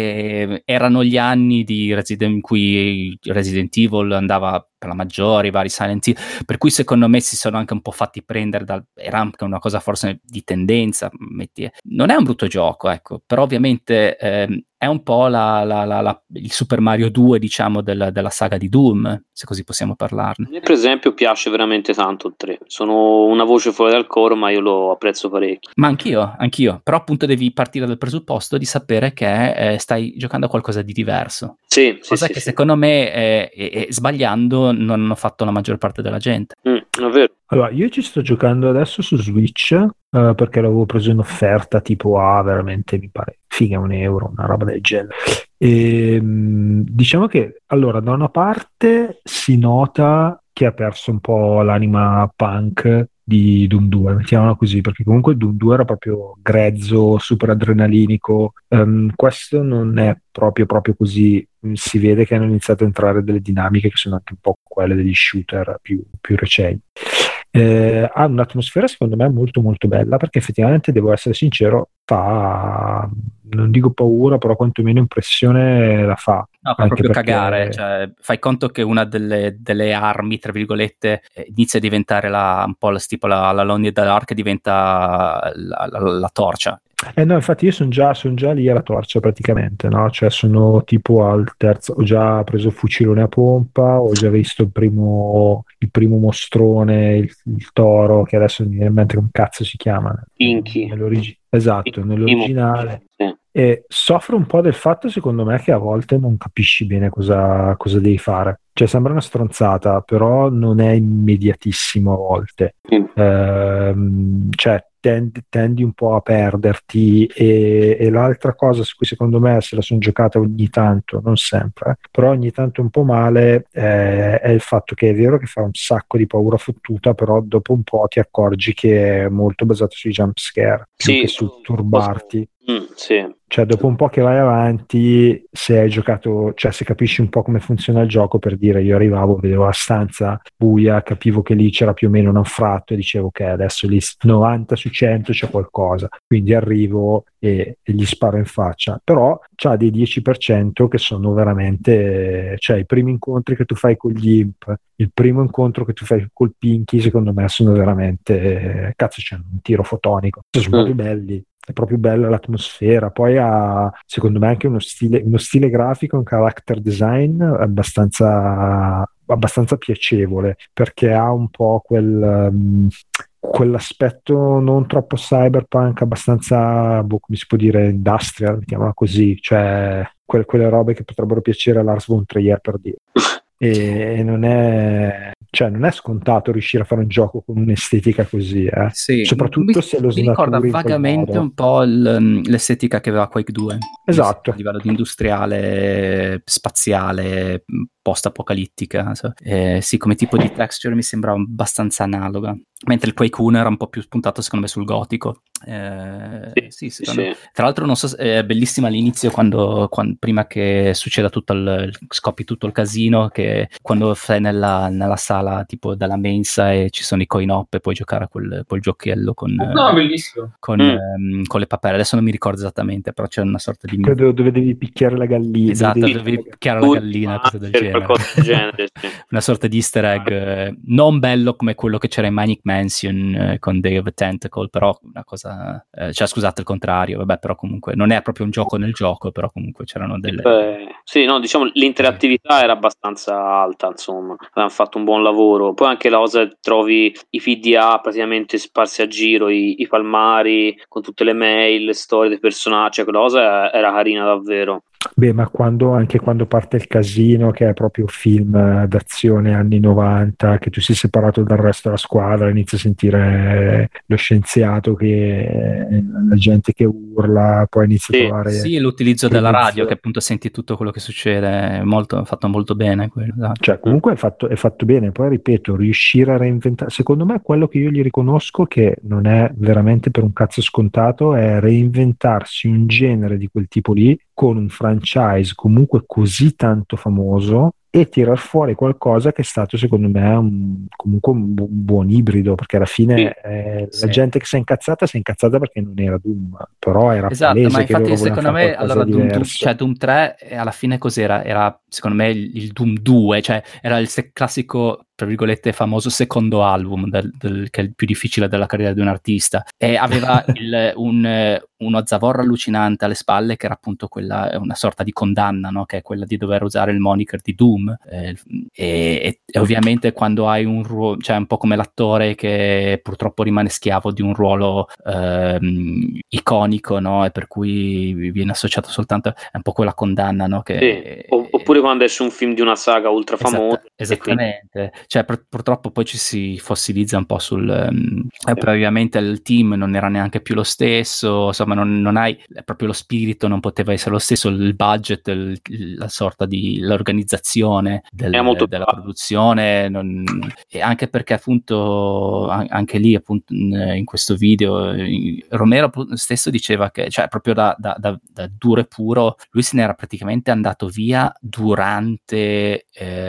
e erano gli anni di Resident, in cui Resident Evil andava per la maggiore, i vari Silent Hill, per cui secondo me si sono anche un po' fatti prendere dal, era anche una cosa forse di tendenza, metti. Non è un brutto gioco, ecco, però ovviamente ehm, è un po' la, la, la, la, il Super Mario due, diciamo, della, della saga di Doom, se così possiamo parlarne. A me per esempio piace veramente tanto il tre, sono una voce fuori dal coro, ma io lo apprezzo parecchio. Ma anch'io, anch'io, però appunto devi partire dal presupposto di sapere che eh, stai giocando a qualcosa di diverso. Sì, sì, cosa sì, che sì. secondo me eh, eh, eh, sbagliando non hanno fatto la maggior parte della gente. Mm, è vero. Allora, io ci sto giocando adesso su Switch, eh, perché l'avevo preso in offerta tipo a veramente, mi pare, figa un euro, una roba del genere. E, mh, diciamo che, allora, da una parte si nota che ha perso un po' l'anima punk di Doom due, mettiamola così, perché comunque Doom due era proprio grezzo, super adrenalinico. Um, questo non è proprio proprio così, si vede che hanno iniziato a entrare delle dinamiche che sono anche un po' quelle degli shooter più, più recenti. Eh, ha un'atmosfera secondo me molto molto bella, perché effettivamente, devo essere sincero, fa, non dico paura, però quantomeno impressione la fa. No, fa Anche proprio perché... cagare, cioè, fai conto che una delle, delle armi, tra virgolette, eh, inizia a diventare la, un po' la, tipo la, la Alone in the Dark, diventa la, la, la torcia. Eh no, infatti io sono già, son già lì alla torcia praticamente, no? Cioè sono tipo al terzo, ho già preso il fucilone a pompa, ho già visto il primo, il primo mostrone, il, il toro, che adesso non mi viene in mente come cazzo si chiama. Inky. Nell'origi- esatto, nell'originale. Sì. E soffre un po' del fatto, secondo me, che a volte non capisci bene cosa, cosa devi fare. Cioè sembra una stronzata, però non è immediatissimo a volte. Mm. Ehm, cioè tendi, tendi un po' a perderti, e, e l'altra cosa su cui secondo me se la sono giocata ogni tanto, non sempre, eh, però ogni tanto un po' male, eh, è il fatto che è vero che fa un sacco di paura fottuta, però dopo un po' ti accorgi che è molto basato sui jump scare più Sì. che sul turbarti. Mm, sì. Cioè dopo un po' che vai avanti, se hai giocato, cioè se capisci un po' come funziona il gioco, per dire, io arrivavo, vedevo la stanza buia, capivo che lì c'era più o meno un anfratto e dicevo ok, adesso lì novanta su cento c'è qualcosa, quindi arrivo e, e gli sparo in faccia, però c'ha dei dieci per cento che sono veramente, cioè i primi incontri che tu fai con gli imp, il primo incontro che tu fai col Pinky, secondo me sono veramente, cazzo, c'è un tiro fotonico, sono Mm. proprio belli. È proprio bella l'atmosfera, poi ha secondo me anche uno stile, uno stile grafico, un character design abbastanza, abbastanza piacevole, perché ha un po' quel, um, quell'aspetto non troppo cyberpunk, abbastanza, boh, come si può dire, industrial, mettiamola così, cioè quelle, quelle robe che potrebbero piacere a Lars von Trier, per dire. E non è, cioè non è scontato riuscire a fare un gioco con un'estetica così, eh? Sì, soprattutto mi, se lo mi ricorda snaturi in quel vagamente modo. un po' il, l'estetica che aveva Quake due. Esatto. A livello di industriale, spaziale, post-apocalittica. So. Eh, sì, come tipo di texture mi sembrava abbastanza analoga. Mentre il Quake uno era un po' più spuntato secondo me sul gotico. Eh, sì, sì, sì. me, tra l'altro non so, è bellissima all'inizio quando, quando prima che succeda tutto il scoppi tutto il casino, che quando sei nella, nella sala tipo della mensa e ci sono i coin op e puoi giocare a quel, quel giochiello con, no, bellissimo. con, Mm. ehm, con le papere, adesso non mi ricordo esattamente, però c'è una sorta di Credo dove devi picchiare la gallina. esatto, devi dovevi picchiare picchiare la gallina, cosa del genere, qualcosa del genere sì. Una sorta di easter egg eh, non bello come quello che c'era in Manic Mansion eh, con Day of the Tentacle, però una cosa eh, cioè scusate il contrario, vabbè, però comunque non è proprio un gioco nel gioco, però comunque c'erano delle Beh, sì, no, diciamo l'interattività era abbastanza alta, insomma, avevano fatto un buon lavoro. Poi anche la cosa, trovi i P D A praticamente sparsi a giro, i, i palmari con tutte le mail, le storie dei personaggi, cioè quella cosa era carina davvero. Beh, ma quando, anche quando parte il casino, che è proprio film d'azione anni novanta, che tu sei separato dal resto della squadra, inizi a sentire lo scienziato, che la gente che urla, poi inizi Sì. a trovare... sì, l'utilizzo della radio, che appunto senti tutto quello che succede, è molto, fatto molto bene quello, esatto. Cioè, comunque è fatto, è fatto bene. Poi ripeto, riuscire a reinventare, secondo me quello che io gli riconosco, che non è veramente per un cazzo scontato, è reinventarsi un genere di quel tipo lì con un franchise comunque così tanto famoso e tirar fuori qualcosa che è stato secondo me un, comunque un, bu- un buon ibrido, perché alla fine Sì. eh, Sì. la gente che si è incazzata si è incazzata perché non era Doom, però era Esatto, palese ma che loro infatti volevano secondo fare me qualcosa allora di Doom, Doom, diverso. cioè Doom tre eh, alla fine cos'era? Era secondo me il, il Doom due, cioè era il se- classico tra virgolette famoso secondo album del, del, che è il più difficile della carriera di un artista, e aveva il, un, eh, uno zavorra allucinante alle spalle che era appunto quella, una sorta di condanna, no? Che è quella di dover usare il moniker di Doom eh, e, e ovviamente quando hai un ruolo, cioè un po' come l'attore che purtroppo rimane schiavo di un ruolo ehm, iconico, no? E per cui viene associato soltanto, è un po' quella condanna, no? Che, sì. Oppure quando esce un film di una saga ultra famosa. Esatta, esattamente, cioè pr- purtroppo poi ci si fossilizza un po' sul um, sì. eh, poi ovviamente il team non era neanche più lo stesso, insomma non, non hai proprio lo spirito, non poteva essere lo stesso, il budget, il, la sorta di l'organizzazione del, della bravo. produzione non, e anche perché appunto anche lì appunto in questo video Romero stesso diceva che cioè proprio da, da, da, da duro e puro lui se ne era praticamente andato via durante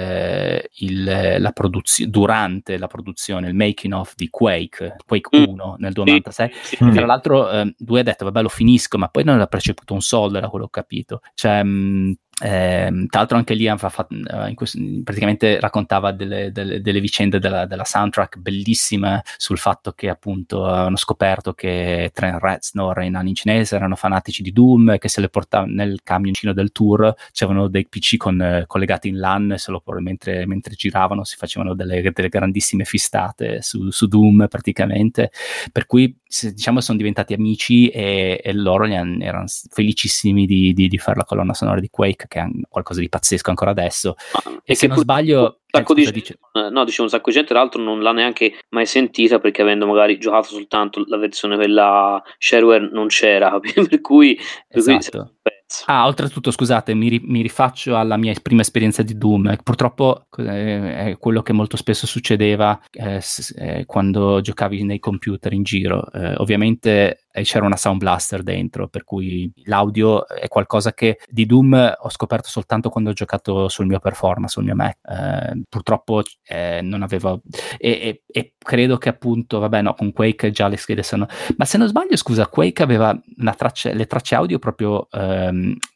eh, il, la produzione durante la produzione, il making of di Quake Quake mm. uno nel novantasei sì, sì, tra sì. l'altro eh, lui ha detto vabbè lo finisco, ma poi non aveva percepito un soldo, da quello che ho capito, cioè mh, Eh, tra l'altro anche lì fatto, in questo, praticamente raccontava delle, delle, delle vicende della, della soundtrack bellissima sul fatto che appunto hanno scoperto che Trent Reznor e i Nani in cinese erano fanatici di Doom, che se le portavano nel camioncino del tour c'erano dei P C con, collegati in LAN, se lo, mentre, mentre giravano si facevano delle, delle grandissime fistate su, su Doom praticamente, per cui se, diciamo sono diventati amici e, e loro erano felicissimi di, di, di fare la colonna sonora di Quake, che è qualcosa di pazzesco ancora adesso. Ah, e se non sbaglio un sacco eh, di gente, no, dicevo un sacco di gente tra l'altro non l'ha neanche mai sentita, perché avendo magari giocato soltanto la versione quella shareware non c'era, per cui, per esatto. cui ah, oltretutto scusate, mi, ri- mi rifaccio alla mia prima esperienza di Doom. Purtroppo eh, è quello che molto spesso succedeva eh, s- eh, quando giocavi nei computer in giro, eh, ovviamente eh, c'era una Sound Blaster dentro, per cui l'audio è qualcosa che di Doom ho scoperto soltanto quando ho giocato sul mio Performance, sul mio Mac. Eh, purtroppo eh, non avevo e, e, e credo che appunto vabbè no, con Quake già le schede sono, ma se non sbaglio scusa, Quake aveva una traccia, le tracce audio proprio ehm,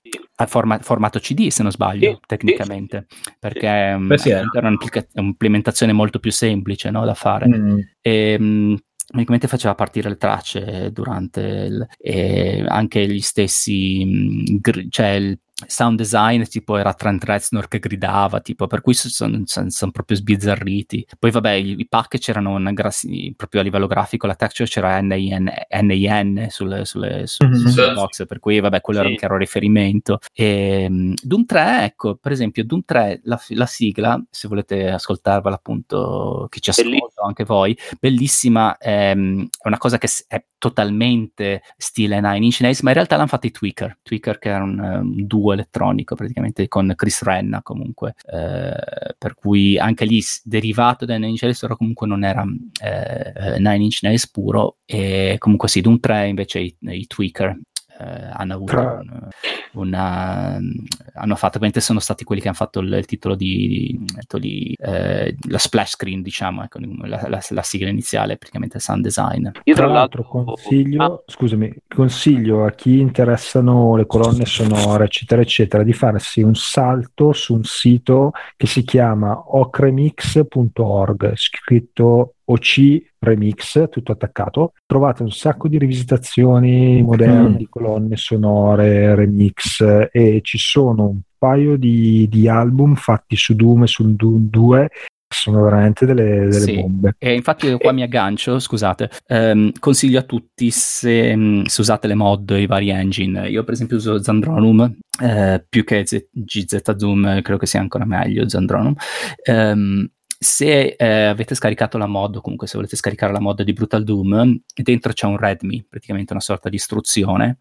a forma, formato C D, se non sbaglio, sì, tecnicamente, sì, perché Beh, sì, era un'implementazione molto più semplice, no, da fare. Mm. E, mh, unicamente faceva partire le tracce durante il, e anche gli stessi mh, gr- cioè il sound design tipo era Trent Reznor che gridava, tipo, per cui sono, sono, sono proprio sbizzarriti. Poi vabbè i, i package erano una grassi, proprio a livello grafico la texture c'era N I N, N I N sulle, sulle, sulle, mm-hmm. sulle box, per cui vabbè quello sì. era un chiaro riferimento. E um, Doom tre, ecco, per esempio Doom tre, la, la sigla, se volete ascoltarvela appunto, chi ci ascolta, anche voi, bellissima, ehm, è una cosa che è totalmente stile Nine Inch Nails, ma in realtà l'hanno fatta i Tweaker, Tweaker che era un, un duo duo elettronico praticamente con Chris Renna comunque, eh, per cui anche lì derivato da Nine Inch Nails, però comunque non era eh, Nine Inch Nails puro. E comunque sì, Doom tre invece i, i Tweaker eh, hanno avuto Tra... un, una hanno fatto, sono stati quelli che hanno fatto il, il titolo di, di eh, la splash screen, diciamo, ecco, la, la, la sigla iniziale, praticamente il sound design. Io tra l'altro consiglio, ah. scusami, consiglio a chi interessano le colonne sonore eccetera eccetera di farsi un salto su un sito che si chiama ocremix punto org, scritto O C Remix, tutto attaccato. Trovate un sacco di rivisitazioni moderne mm. di colonne sonore, remix, e ci sono un paio di, di album fatti su Doom e su Doom due, sono veramente delle, delle sì. bombe. E infatti io qua e... mi aggancio, scusate, ehm, consiglio a tutti se, se usate le mod, i vari engine. Io per esempio uso Zandronum, eh, più che Z- G Z Zoom, credo che sia ancora meglio Zandronum. Ehm, se eh, avete scaricato la mod, o comunque se volete scaricare la mod di Brutal Doom, dentro c'è un readme, praticamente una sorta di istruzione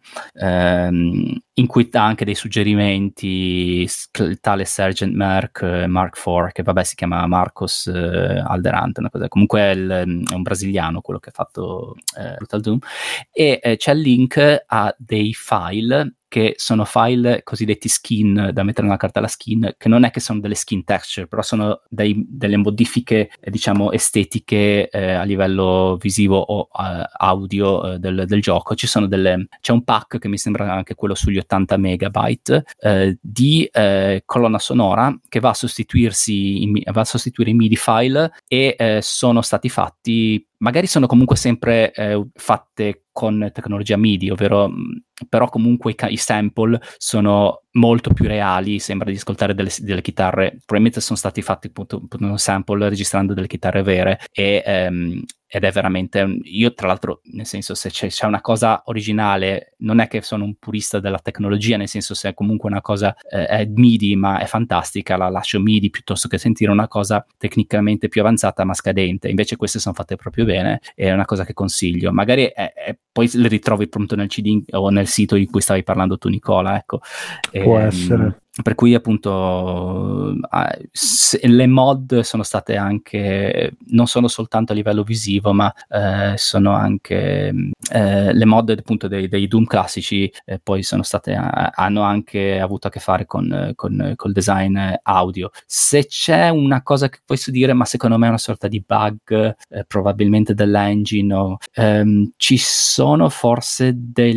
ehm, in cui dà anche dei suggerimenti, il tale Sergeant Mark, eh, Mark quattro, che vabbè si chiama Marcos eh, Alderante, una cosa. Comunque è, il, è un brasiliano quello che ha fatto eh, Brutal Doom, e eh, c'è il link a dei file che sono file cosiddetti skin, da mettere nella cartella skin, che non è che sono delle skin texture, però sono dei, delle modifiche, eh, diciamo, estetiche eh, a livello visivo o uh, audio eh, del, del gioco. Ci sono delle, c'è un pack che mi sembra anche quello sugli ottanta megabyte eh, di eh, colonna sonora che va a sostituirsi, in, va a sostituire i MIDI file, e eh, sono stati fatti, magari sono comunque sempre eh, fatte con tecnologia MIDI, ovvero però comunque i, i sample sono molto più reali, sembra di ascoltare delle, delle chitarre, probabilmente sono stati fatti appunto un sample registrando delle chitarre vere, e um, ed è veramente, io tra l'altro, nel senso, se c'è, c'è una cosa originale, non è che sono un purista della tecnologia, nel senso, se è comunque una cosa eh, è MIDI ma è fantastica, la lascio MIDI piuttosto che sentire una cosa tecnicamente più avanzata ma scadente. Invece queste sono fatte proprio bene, è una cosa che consiglio. Magari è, è, poi le ritrovi pronto nel C D o nel sito di cui stavi parlando tu, Nicola, ecco. Può e, essere. Per cui appunto eh, le mod sono state anche, non sono soltanto a livello visivo, ma eh, sono anche eh, le mod appunto dei, dei Doom classici, eh, poi sono state, hanno anche avuto a che fare con, con col design audio. Se c'è una cosa che posso dire, ma secondo me è una sorta di bug eh, probabilmente dell'engine, o, ehm, ci sono forse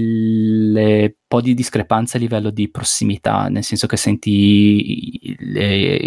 delle po' di discrepanza a livello di prossimità, nel senso che senti il,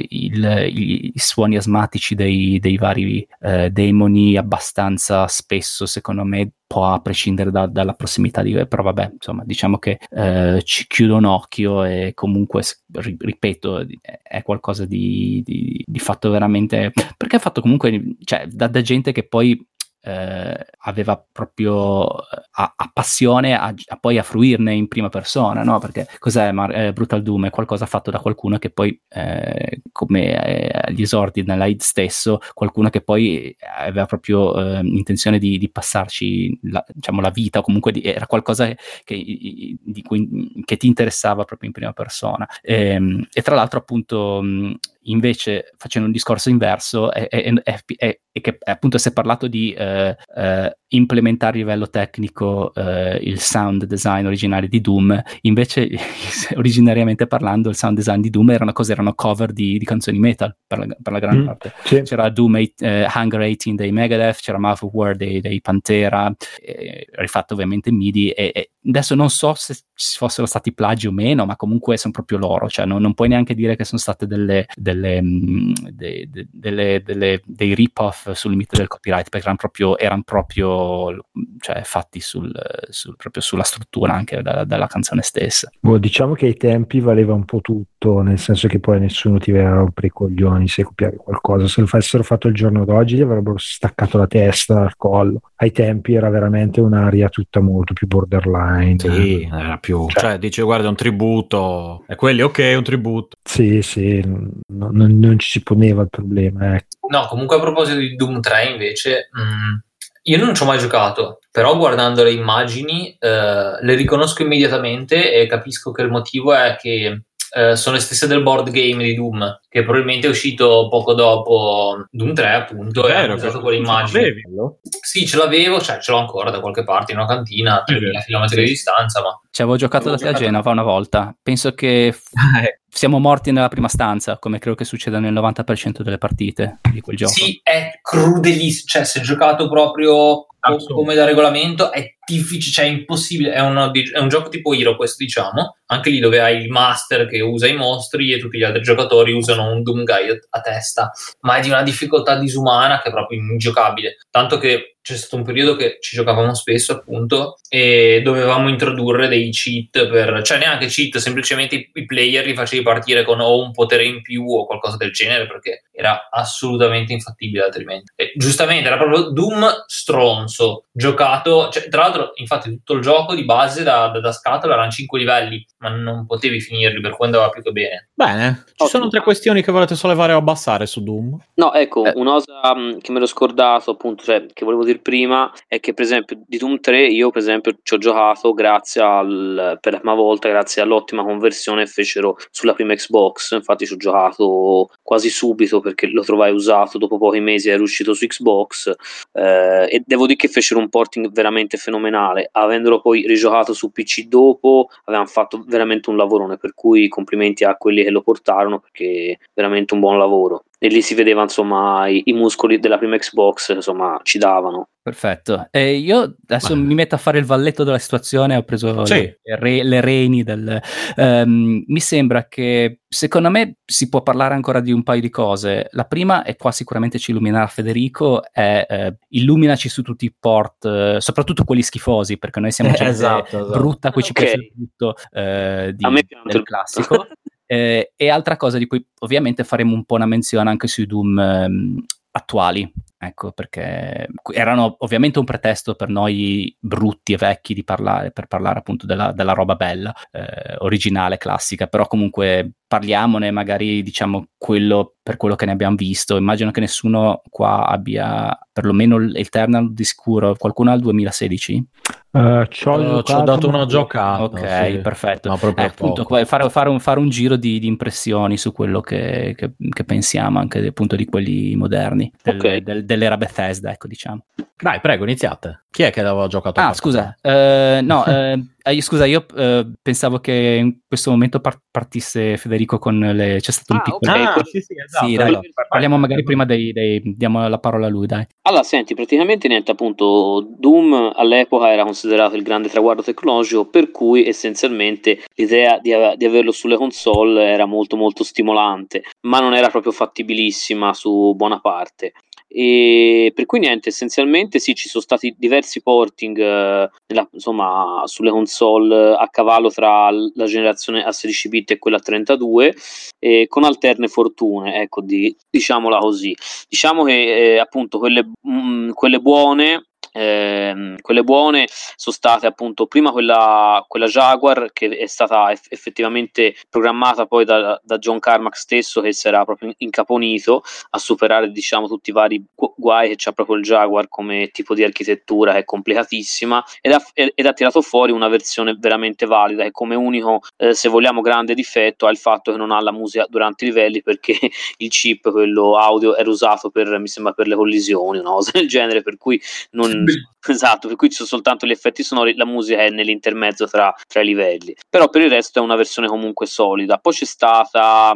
il, i suoni asmatici dei, dei vari eh, demoni abbastanza spesso, secondo me, un po' a prescindere da, dalla prossimità di, però vabbè, insomma, diciamo che eh, ci chiudo un occhio, e comunque, ripeto, è qualcosa di, di, di fatto veramente, perché è fatto comunque, cioè, da, da gente che poi Eh, aveva proprio a, a passione a, a poi a fruirne in prima persona, no? Perché cos'è Mar- eh, Brutal Doom? È qualcosa fatto da qualcuno che poi eh, come eh, agli esordi nell'A I D stesso, qualcuno che poi aveva proprio eh, intenzione di, di passarci la, diciamo la vita, o comunque di, era qualcosa che, di cui, che ti interessava proprio in prima persona, e, e tra l'altro appunto invece, facendo un discorso inverso, è, è, è, è, è che appunto si è parlato di eh, eh, implementare a livello tecnico eh, il sound design originale di Doom. Invece originariamente parlando il sound design di Doom erano cose, erano cover di, di canzoni metal per la, per la gran mm, parte. Sì. C'era Doom eight, eh, Hunger diciotto dei Megadeth, c'era Mouth of War dei, dei Pantera, eh, rifatto ovviamente in MIDI, e, e adesso non so se ci fossero stati plagi o meno, ma comunque sono proprio loro, cioè non, non puoi neanche dire che sono state delle, delle, de, de, delle, delle dei rip-off sul limite del copyright, perché erano proprio, erano proprio cioè, fatti sul, sul, proprio sulla struttura anche da, dalla canzone stessa. Boh, diciamo che ai tempi valeva un po' tutto, nel senso che poi nessuno ti aveva rompere i coglioni se copiavi qualcosa. Se lo avessero fatto il giorno d'oggi gli avrebbero staccato la testa dal collo. Ai tempi era veramente un'aria tutta molto più borderline. Sì, era più, cioè, cioè dice guarda è un tributo, e quelli ok, è un tributo. Sì, sì, non, non, non ci si poneva il problema. Eh. No, comunque a proposito di Doom tre invece, mh, io non ci ho mai giocato, però guardando le immagini eh, le riconosco immediatamente e capisco che il motivo è che eh, sono le stesse del board game di Doom, che probabilmente è uscito poco dopo Doom tre, appunto, e hanno usato quelle immagini. Sì, ce l'avevo, cioè ce l'ho ancora da qualche parte in una cantina a tremila chilometri di distanza, ma ci avevo giocato da te a Genova una volta. Penso che f- siamo morti nella prima stanza, come credo che succeda nel novanta per cento delle partite di quel gioco. Sì, è crudelissimo, cioè se giocato proprio come da regolamento è difficile, cioè è impossibile, è, una, è un gioco tipo Hero questo, diciamo, anche lì dove hai il master che usa i mostri e tutti gli altri giocatori usano un Doom Guy a testa, ma è di una difficoltà disumana che è proprio ingiocabile, tanto che c'è stato un periodo che ci giocavamo spesso, appunto, e dovevamo introdurre dei cheat per, cioè neanche cheat, semplicemente i, i player li facevi partire con o un potere in più o qualcosa del genere, perché era assolutamente infattibile altrimenti. E giustamente era proprio Doom stronzo, giocato, cioè, tra l'altro, infatti tutto il gioco di base da, da, da scatola erano cinque livelli, ma non potevi finirli, per cui andava più che bene. Bene, ci sono tre questioni che volete sollevare o abbassare su Doom? No, ecco, eh. una cosa mh, che me l'ho scordato, appunto, cioè che volevo dire prima, è che per esempio di Doom tre io per esempio ci ho giocato grazie al, per la prima volta, grazie all'ottima conversione che fecero sulla prima Xbox. Infatti ci ho giocato quasi subito perché lo trovai usato, dopo pochi mesi era uscito su Xbox, eh, e devo dire che fecero un porting veramente fenomenale. Avendolo poi rigiocato su P C dopo, avevano fatto veramente un lavorone, per cui complimenti a quelli che lo portarono, perché veramente un buon lavoro. E lì si vedeva, insomma, i, i muscoli della prima Xbox, insomma, ci davano. Perfetto. E io adesso Beh. mi metto a fare il valletto della situazione, ho preso sì. le, re, le reni del... Um, mi sembra che, secondo me, si può parlare ancora di un paio di cose. La prima, e qua sicuramente ci illuminerà Federico, è eh, illuminaci su tutti i port, eh, soprattutto quelli schifosi, perché noi siamo gente esatto, esatto. brutta, a cui ci okay. piace tutto eh, di, a me del classico. Eh, e altra cosa di cui ovviamente faremo un po' una menzione anche sui Doom ehm, attuali, ecco, perché erano ovviamente un pretesto per noi brutti e vecchi di parlare, per parlare appunto della, della roba bella, eh, originale, classica, però comunque parliamone, magari diciamo quello per quello che ne abbiamo visto. Immagino che nessuno qua abbia perlomeno l'Eternal di sicuro. Qualcuno ha il duemilasedici? Uh, ci ho, uh, ci ho dato una giocata. Ok, sì. perfetto. No, eh, appunto, fare, fare, un, fare un giro di, di impressioni su quello che, che, che pensiamo, anche appunto di quelli moderni, del, okay. del, dell'era Bethesda, ecco, diciamo. Dai, prego, iniziate. Chi è che aveva giocato? Ah, scusa, uh, no, uh, scusa, io uh, pensavo che in questo momento par- partisse Federico con le... c'è stato ah, un piccolo... Okay. Ah, sì, sì, esatto. Sì, dai, parliamo magari prima dei, dei... diamo la parola a lui, dai. Allora, senti, praticamente niente, appunto, Doom all'epoca era considerato il grande traguardo tecnologico, per cui essenzialmente l'idea di, av- di averlo sulle console era molto molto stimolante, ma non era proprio fattibilissima su buona parte. E per cui niente, essenzialmente sì, ci sono stati diversi porting eh, nella, insomma, sulle console a cavallo tra la generazione a sedici bit e quella a trentadue, eh, con alterne fortune, ecco, di, diciamola così. Diciamo che eh, appunto quelle, mh, quelle buone Eh, quelle buone sono state appunto prima quella, quella Jaguar, che è stata eff- effettivamente programmata poi da, da John Carmack stesso, che si era proprio incaponito a superare, diciamo, tutti i vari gu- guai che c'ha proprio il Jaguar come tipo di architettura, che è complicatissima, ed ha, ed ha tirato fuori una versione veramente valida, che come unico eh, se vogliamo grande difetto ha il fatto che non ha la musica durante i livelli, perché il chip, quello audio, era usato per, mi sembra, per le collisioni, una cosa del genere, per cui non esatto, per cui ci sono soltanto gli effetti sonori, la musica è nell'intermezzo tra, tra i livelli, però per il resto è una versione comunque solida. Poi c'è stata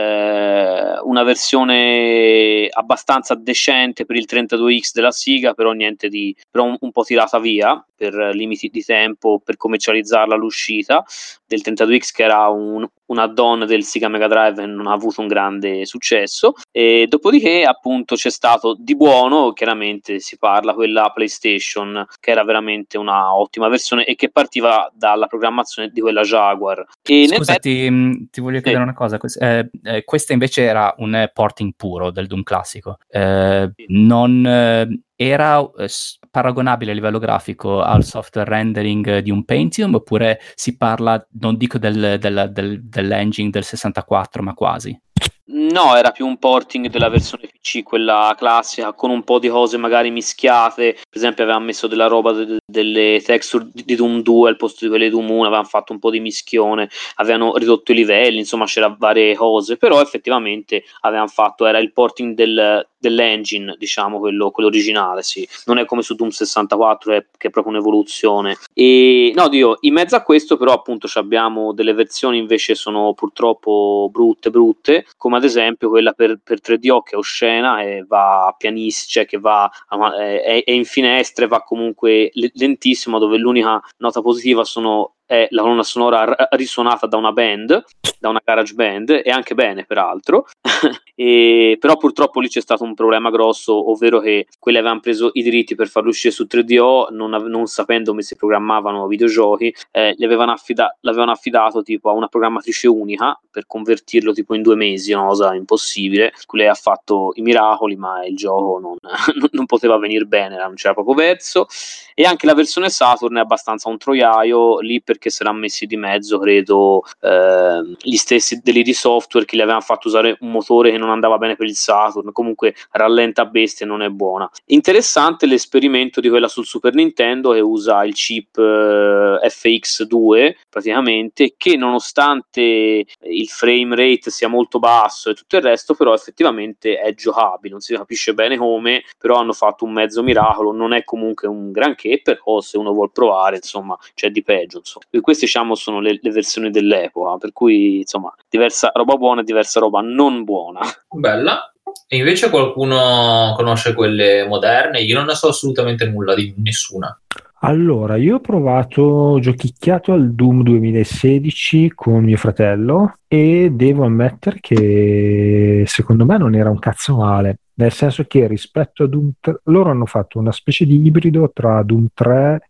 eh, una versione abbastanza decente per il trentadue X della Sega, però niente di, però un, un po' tirata via per limiti di tempo, per commercializzarla all'uscita del trentadue X, che era un, un add-on del Sega Mega Drive, e non ha avuto un grande successo. E dopodiché appunto c'è stato di buono, chiaramente si parla, quella PlayStation, che era veramente una ottima versione e che partiva dalla programmazione di quella Jaguar. E Scusa, nel... ti, ti voglio chiedere sì. una cosa. Eh, eh, questa invece era un porting puro del Doom classico. Eh, sì. Non eh, era eh, paragonabile a livello grafico al software rendering di un Pentium, oppure si parla, non dico del, del, del, dell'engine del sessantaquattro, ma quasi? No, era più un porting della versione P C, quella classica, con un po' di cose magari mischiate. Per esempio avevano messo della roba de- delle texture di, di Doom due al posto di quelle di Doom uno, avevano fatto un po' di mischione, avevano ridotto i livelli, insomma c'era varie cose, però effettivamente avevano fatto, era il porting del, dell'engine, diciamo, quello, quello originale, sì, non è come su Doom sessantaquattro è, che è proprio un'evoluzione. E no, Dio, in mezzo a questo però appunto abbiamo delle versioni invece sono purtroppo brutte brutte, come ad esempio quella per, per tre D O che è oscena e va pianissima, cioè che va è, è in finestre, va comunque lentissimo, dove l'unica nota positiva sono è la colonna sonora risuonata da una band, da una garage band, e anche bene peraltro. E, però purtroppo lì c'è stato un problema grosso, ovvero che quelli avevano preso i diritti per farlo uscire su tre D O, non, av- non sapendo come si programmavano videogiochi, eh, gli avevano affida- l'avevano affidato tipo a una programmatrice unica per convertirlo tipo in due mesi, una cosa impossibile. Lei ha fatto i miracoli, ma il gioco non, non poteva venire bene, non c'era proprio verso. E anche la versione Saturn è abbastanza un troiaio lì, perché si erano messi di mezzo, credo, eh, gli stessi dell'I D Software, che gli avevano fatto usare un motore che non andava bene per il Saturn, comunque rallenta bestia e non è buona. Interessante l'esperimento di quella sul Super Nintendo, che usa il chip eh, F X due praticamente, che nonostante il frame rate sia molto basso e tutto il resto, però effettivamente è giocabile, non si capisce bene come, però hanno fatto un mezzo miracolo. Non è comunque un granché, però se uno vuol provare, insomma, c'è di peggio, insomma. E queste, diciamo, sono le, le versioni dell'epoca, per cui insomma diversa roba buona e diversa roba non buona. Bella. E invece qualcuno conosce quelle moderne? Io non ne so assolutamente nulla di nessuna. Allora, io ho provato, ho giochicchiato al Doom duemilasedici con mio fratello e devo ammettere che secondo me non era un cazzo male, nel senso che rispetto a Doom tre, loro hanno fatto una specie di ibrido tra Doom tre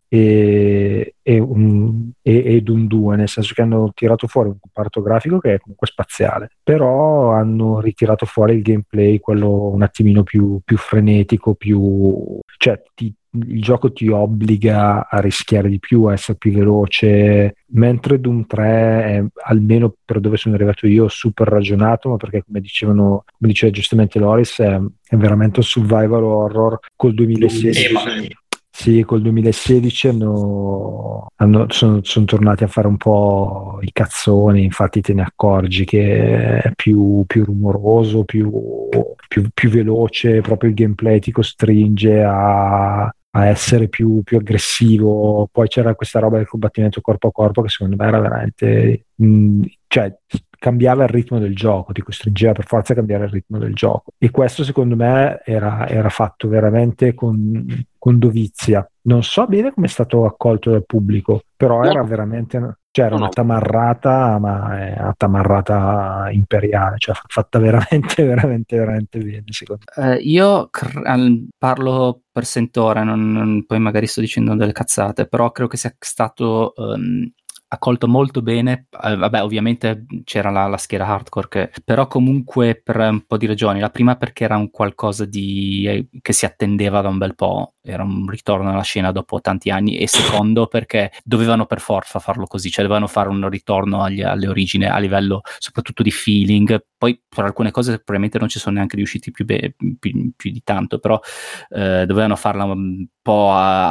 e, e, un, e, e Doom due, nel senso che hanno tirato fuori un comparto grafico che è comunque spaziale, però hanno ritirato fuori il gameplay, quello un attimino più, più frenetico, più, cioè ti il gioco ti obbliga a rischiare di più, a essere più veloce, mentre Doom tre è, almeno per dove sono arrivato io, super ragionato, ma perché come dicevano, come diceva giustamente Loris, è, è veramente un survival horror. Col duemilasedici Eh, sì, col duemilasedici hanno, hanno, sono, sono tornati a fare un po' i cazzoni, infatti te ne accorgi che è più, più rumoroso, più, più, più veloce, proprio il gameplay ti costringe a, a essere più, più aggressivo. Poi c'era questa roba del combattimento corpo a corpo che secondo me era veramente mh, cioè cambiava il ritmo del gioco, ti costringeva per forza a cambiare il ritmo del gioco, e questo secondo me era, era fatto veramente con, con dovizia. Non so bene come è stato accolto dal pubblico, però no. era veramente, cioè era no, una tamarrata, ma è una tamarrata imperiale, cioè fatta veramente veramente veramente bene, secondo me. Eh, io cr- parlo per sentore, non, non, poi magari sto dicendo delle cazzate, però credo che sia stato um, accolto molto bene. Eh, vabbè, ovviamente c'era la, la schiera hardcore, che, però comunque per un po' di ragioni. La prima perché era un qualcosa di eh, che si attendeva da un bel po', era un ritorno alla scena dopo tanti anni, e secondo perché dovevano per forza farlo così, cioè dovevano fare un ritorno agli, alle origini a livello soprattutto di feeling. Poi per alcune cose probabilmente non ci sono neanche riusciti più, be- più, più di tanto, però eh, dovevano farla un po'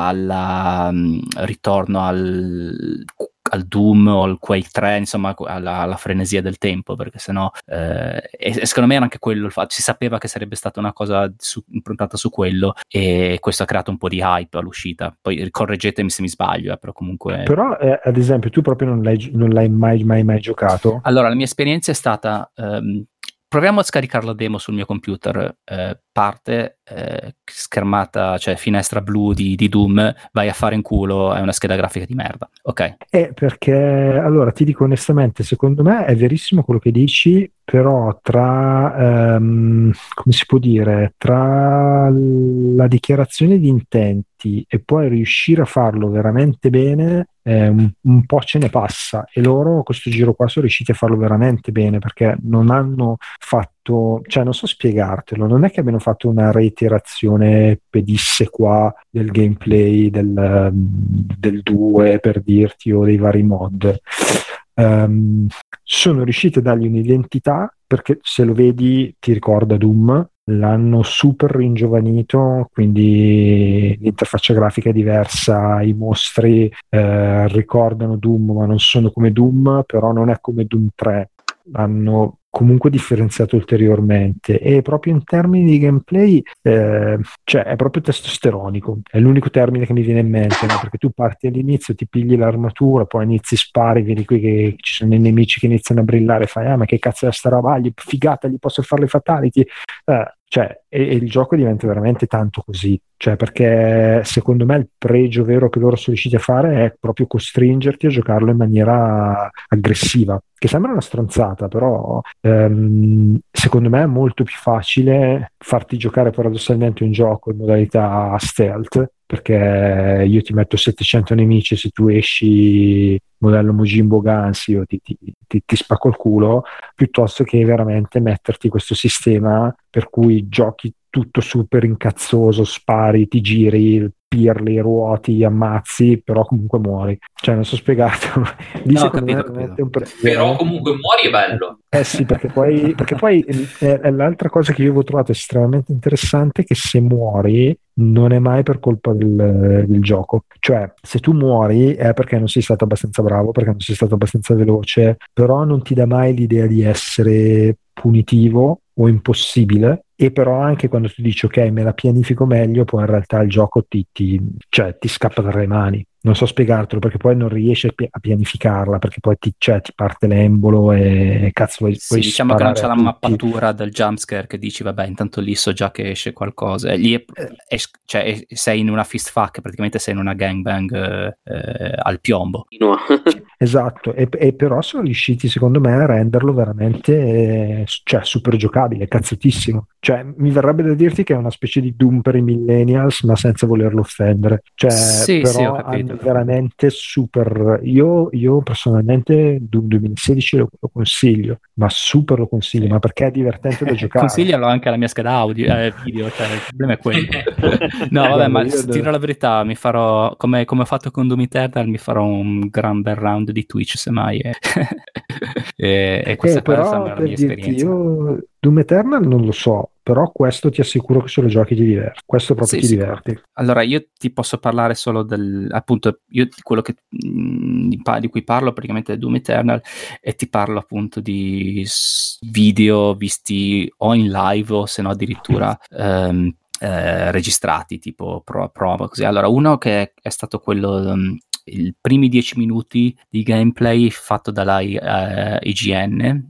al um, ritorno al al Doom o al Quake tre, insomma alla, alla frenesia del tempo, perché sennò eh, e, e secondo me era anche quello il fatto, si sapeva che sarebbe stata una cosa su, improntata su quello, e questo ha creato un po' di hype all'uscita. Poi correggetemi se mi sbaglio, eh, però comunque però eh, ad esempio tu proprio non l'hai, non l'hai mai mai mai giocato? Allora la mia esperienza è stata um, proviamo a scaricare la demo sul mio computer, eh, parte, eh, schermata, cioè finestra blu di, di Doom, vai a fare in culo, è una scheda grafica di merda, ok? Eh, perché, allora, ti dico onestamente, secondo me è verissimo quello che dici, però tra, um, come si può dire, tra la dichiarazione di intenti e poi riuscire a farlo veramente bene, eh, un, un po' ce ne passa, e loro questo giro qua sono riusciti a farlo veramente bene, perché non hanno fatto, cioè non so spiegartelo, non è che abbiano fatto una reiterazione pedissequa del gameplay del, del due, per dirti, o dei vari mod. Um, sono riusciti a dargli un'identità, perché se lo vedi ti ricorda Doom, l'hanno super ringiovanito, quindi l'interfaccia grafica è diversa, i mostri eh, ricordano Doom ma non sono come Doom, però non è come Doom tre, hanno comunque differenziato ulteriormente, e proprio in termini di gameplay eh, cioè è proprio testosteronico, è l'unico termine che mi viene in mente, no? Perché tu parti all'inizio, ti pigli l'armatura, poi inizi, spari, vedi qui che ci sono i nemici che iniziano a brillare, fai ah ma che cazzo è sta roba, gli, figata, gli posso fare le fatality, eh, cioè, e, e il gioco diventa veramente tanto così, cioè perché secondo me il pregio vero che loro sono riusciti a fare è proprio costringerti a giocarlo in maniera aggressiva, che sembra una stronzata, però ehm, secondo me è molto più facile farti giocare paradossalmente un gioco in modalità stealth, perché io ti metto settecento nemici e se tu esci modello Mojimbo Guns io ti, ti, ti, ti spacco il culo, piuttosto che veramente metterti questo sistema per cui giochi tutto super incazzoso, spari, ti giri, pirli, ruoti, ammazzi, però comunque muori. Cioè, non so spiegarlo. Lì No, secondo capito, me è capito. veramente un pre- Però veramente- comunque muori è bello. Eh sì, perché poi, perché poi è, è l'altra cosa che io avevo trovato estremamente interessante, che se muori non è mai per colpa del, del gioco. Cioè, se tu muori è perché non sei stato abbastanza bravo, perché non sei stato abbastanza veloce, però non ti dà mai l'idea di essere punitivo o impossibile. E però anche quando tu dici ok, me la pianifico meglio, poi in realtà il gioco ti, ti, cioè, ti scappa dalle mani. Non so spiegartelo, perché poi non riesci a, pi- a pianificarla, perché poi ti, cioè, ti parte l'embolo e cazzo vuoi, Sì, vuoi diciamo che non sparare c'è a la tutti. mappatura del jumpscare che dici, vabbè, intanto lì so già che esce qualcosa. E lì è, è- cioè, è- sei in una fist fuck, praticamente sei in una gangbang eh, eh, al piombo. No. Esatto, e, e però sono riusciti secondo me a renderlo veramente eh, cioè, super giocabile, cazzutissimo. Cioè, mi verrebbe da dirti che è una specie di Doom per i millennials, ma senza volerlo offendere. Cioè, Sì, sì, ho però capito, hanno ho capito. veramente super. Io, io personalmente Doom duemilasedici lo, lo consiglio, ma super lo consiglio, Sì. ma perché è divertente da giocare. Consiglialo anche alla mia scheda audio, eh, video, cioè il problema è quello. No, vabbè, Guarda, ma io se da- dire la verità, mi farò, come, come ho fatto con Doom Eternal, mi farò un gran bel round di Twitch, semmai. E, e, e questa Eh, qua però sembra la per mia dirti, esperienza. io Doom Eternal non lo so, però questo ti assicuro che se lo giochi ti diverti. Questo proprio Sì, ti sicuro. diverti. Allora, io ti posso parlare solo del, appunto, io quello che, mh, di, pa- di cui parlo praticamente è Doom Eternal, e ti parlo appunto di s- video visti o in live o se no addirittura ehm, eh, registrati, tipo pro- prova così. Allora, uno che è stato quello, um, i primi dieci minuti di gameplay fatto dalla eh, I G N,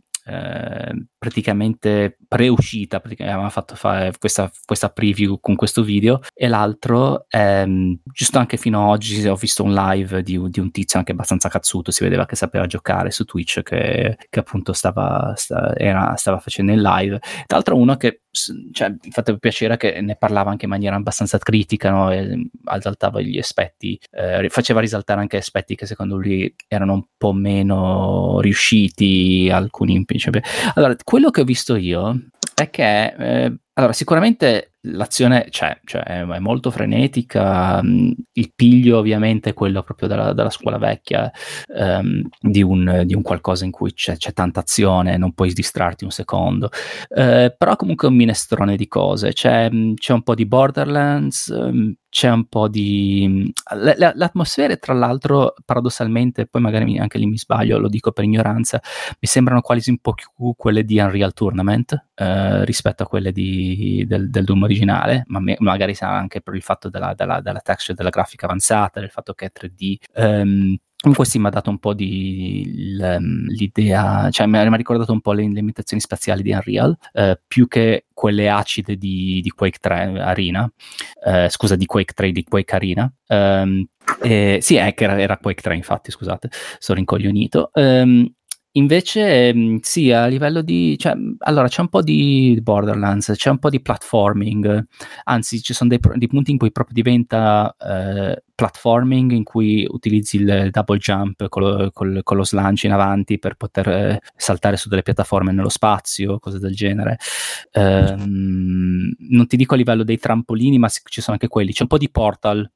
eh, praticamente pre-uscita, perché avevamo fatto fare questa, questa preview con questo video, e l'altro ehm, giusto anche fino ad oggi ho visto un live di, di un tizio anche abbastanza cazzuto, si vedeva che sapeva giocare su Twitch, che, che appunto stava, sta, era, stava facendo in live. Tra l'altro uno che, cioè, mi ha fatto piacere che ne parlava anche in maniera abbastanza critica, no? E esaltava gli aspetti, eh, faceva risaltare anche aspetti che secondo lui erano un po' meno riusciti, alcuni. Allora, quello che ho visto io è che eh, allora, sicuramente l'azione c'è, cioè è, è molto frenetica, mh, il piglio ovviamente è quello proprio della, della scuola vecchia, ehm, di, un, di un qualcosa in cui c'è, c'è tanta azione, non puoi distrarti un secondo, eh, però comunque è un minestrone di cose, c'è, c'è un po' di Borderlands, um, c'è un po' di... Le, le, l'atmosfera, tra l'altro, paradossalmente, poi magari anche lì mi sbaglio, lo dico per ignoranza, mi sembrano quasi un po' più quelle di Unreal Tournament eh, rispetto a quelle di, del, del Doom originale, ma me, magari sarà anche per il fatto della, della, della texture, della grafica avanzata, del fatto che è tre D. Um, Comunque sì, mi ha dato un po' di l'idea, cioè mi ha ricordato un po' le, le imitazioni spaziali di Unreal, eh, più che quelle acide di, di Quake tre Arena, eh, scusa, di Quake tre, di Quake Arena. Um, eh, sì, è che era, era Quake tre, infatti, scusate, sono rincoglionito. Um, Invece mh, sì, a livello di, cioè, allora c'è un po' di Borderlands, c'è un po' di platforming, anzi ci sono dei, dei punti in cui proprio diventa eh, platforming, in cui utilizzi il double jump con lo, col, con lo slancio in avanti per poter eh, saltare su delle piattaforme nello spazio, cose del genere. Ehm, non ti dico a livello dei trampolini, ma ci sono anche quelli. C'è un po' di Portal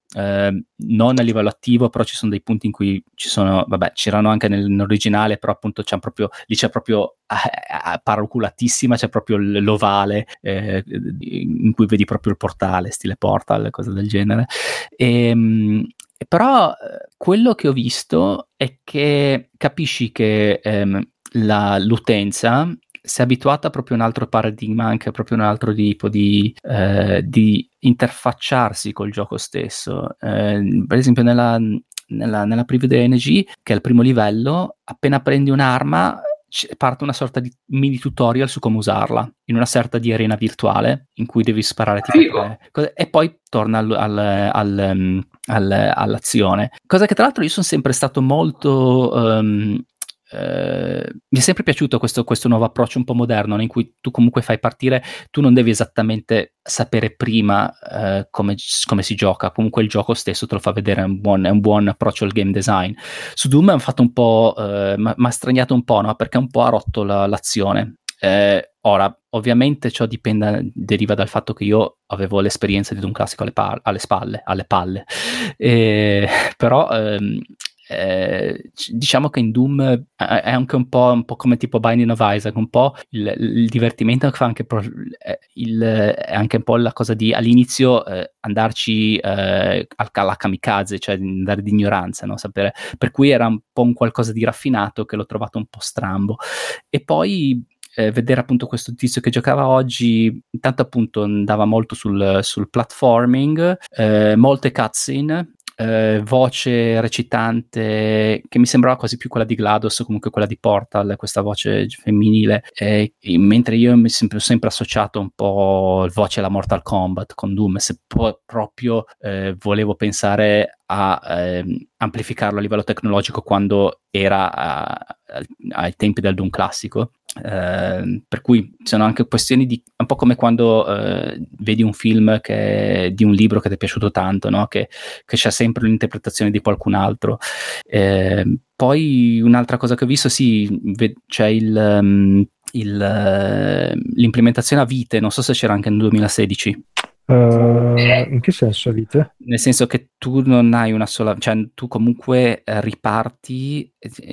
eh, non a livello attivo, però ci sono dei punti in cui ci sono, vabbè, c'erano anche nell'originale, però appunto c'è proprio, lì c'è proprio eh, paraculatissima, c'è proprio l'ovale eh, in cui vedi proprio il portale, stile Portal, cose del genere. E, però quello che ho visto è che capisci che ehm, la, l'utenza si è abituata proprio a un altro paradigma, anche proprio un altro tipo di, eh, di interfacciarsi col gioco stesso. Eh, per esempio nella, nella, nella preview di N G, che è il primo livello, appena prendi un'arma parte una sorta di mini tutorial su come usarla in una sorta di arena virtuale in cui devi sparare tipo tre, e poi torna al, al, al, um, al, all'azione, cosa che tra l'altro io sono sempre stato molto um, Uh, mi è sempre piaciuto questo, questo nuovo approccio un po' moderno in cui tu comunque fai partire, tu non devi esattamente sapere prima uh, come, come si gioca, comunque il gioco stesso te lo fa vedere, è un buon, è un buon approccio al game design. Su Doom hanno fatto un po', uh, mi ha straniato un po', no? Perché un po' ha rotto la, l'azione. Eh, ora, ovviamente ciò dipende, deriva dal fatto che io avevo l'esperienza di Doom classico alle, pa- alle spalle, alle palle, eh, però ehm, Eh, diciamo che in Doom è anche un po', un po' come tipo Binding of Isaac, un po' il, il divertimento che fa anche pro, il, è anche un po' la cosa di all'inizio eh, andarci eh, alla kamikaze, cioè andare di ignoranza, no? Sapere, per cui era un po' un qualcosa di raffinato che l'ho trovato un po' strambo. E poi Eh, vedere appunto questo tizio che giocava oggi, intanto appunto andava molto sul, sul platforming, eh, molte cutscene, eh, voce recitante che mi sembrava quasi più quella di GLaDOS o comunque quella di Portal, questa voce femminile, eh, mentre io mi sempre, ho sempre associato un po' voce alla Mortal Kombat con Doom, se po- proprio eh, volevo pensare a eh, amplificarlo a livello tecnologico quando era a, a, ai tempi del Doom classico. Uh, per cui sono anche questioni di un po' come quando uh, vedi un film che, di un libro che ti è piaciuto tanto, no? che, che c'è sempre un'interpretazione di qualcun altro. Uh, poi un'altra cosa che ho visto, sì, ve- c'è il, um, il, uh, l'implementazione a vite, non so se c'era anche nel duemilasedici. Uh, in che senso a vite? Nel senso che tu non hai una sola, cioè tu comunque eh, riparti,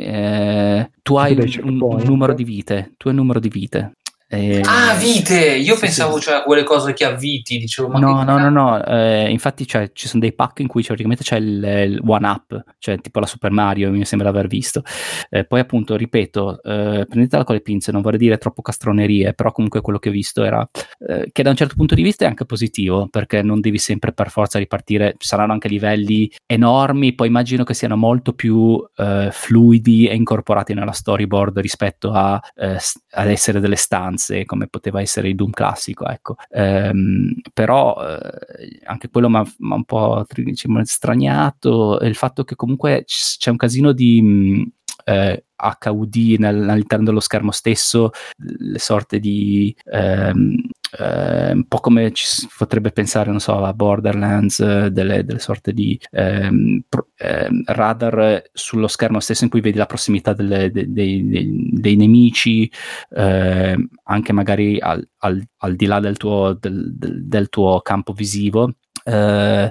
eh, tu hai un, un numero di vite, tu hai un numero di vite. Eh, ah, vite! Io sì, pensavo sì. cioè a quelle cose che avviti, dicevo ma no, che no, no, no, eh, infatti cioè, ci sono dei pack in cui praticamente c'è il, il one up, cioè tipo la Super Mario, mi sembra aver visto. Eh, poi appunto, ripeto, eh, prendetela con le pinze, non vorrei dire troppo castronerie, però comunque quello che ho visto era eh, che da un certo punto di vista è anche positivo, perché non devi sempre per forza ripartire, ci saranno anche livelli enormi, poi immagino che siano molto più eh, fluidi e incorporati nella storyboard rispetto a, eh, ad essere delle stanze, come poteva essere il Doom classico, ecco. Ehm, però eh, anche quello mi ha un po' diciamo, straniato, il fatto che comunque c'è un casino di mh, eh, H U D nel, all'interno dello schermo stesso, le sorte di ehm, eh, un po' come ci si potrebbe pensare, non so, a Borderlands, delle, delle sorte di ehm, pro, ehm, radar sullo schermo stesso in cui vedi la prossimità delle, de, de, de, dei nemici, eh, anche magari al, al, al di là del tuo, del, del, del tuo campo visivo. Uh,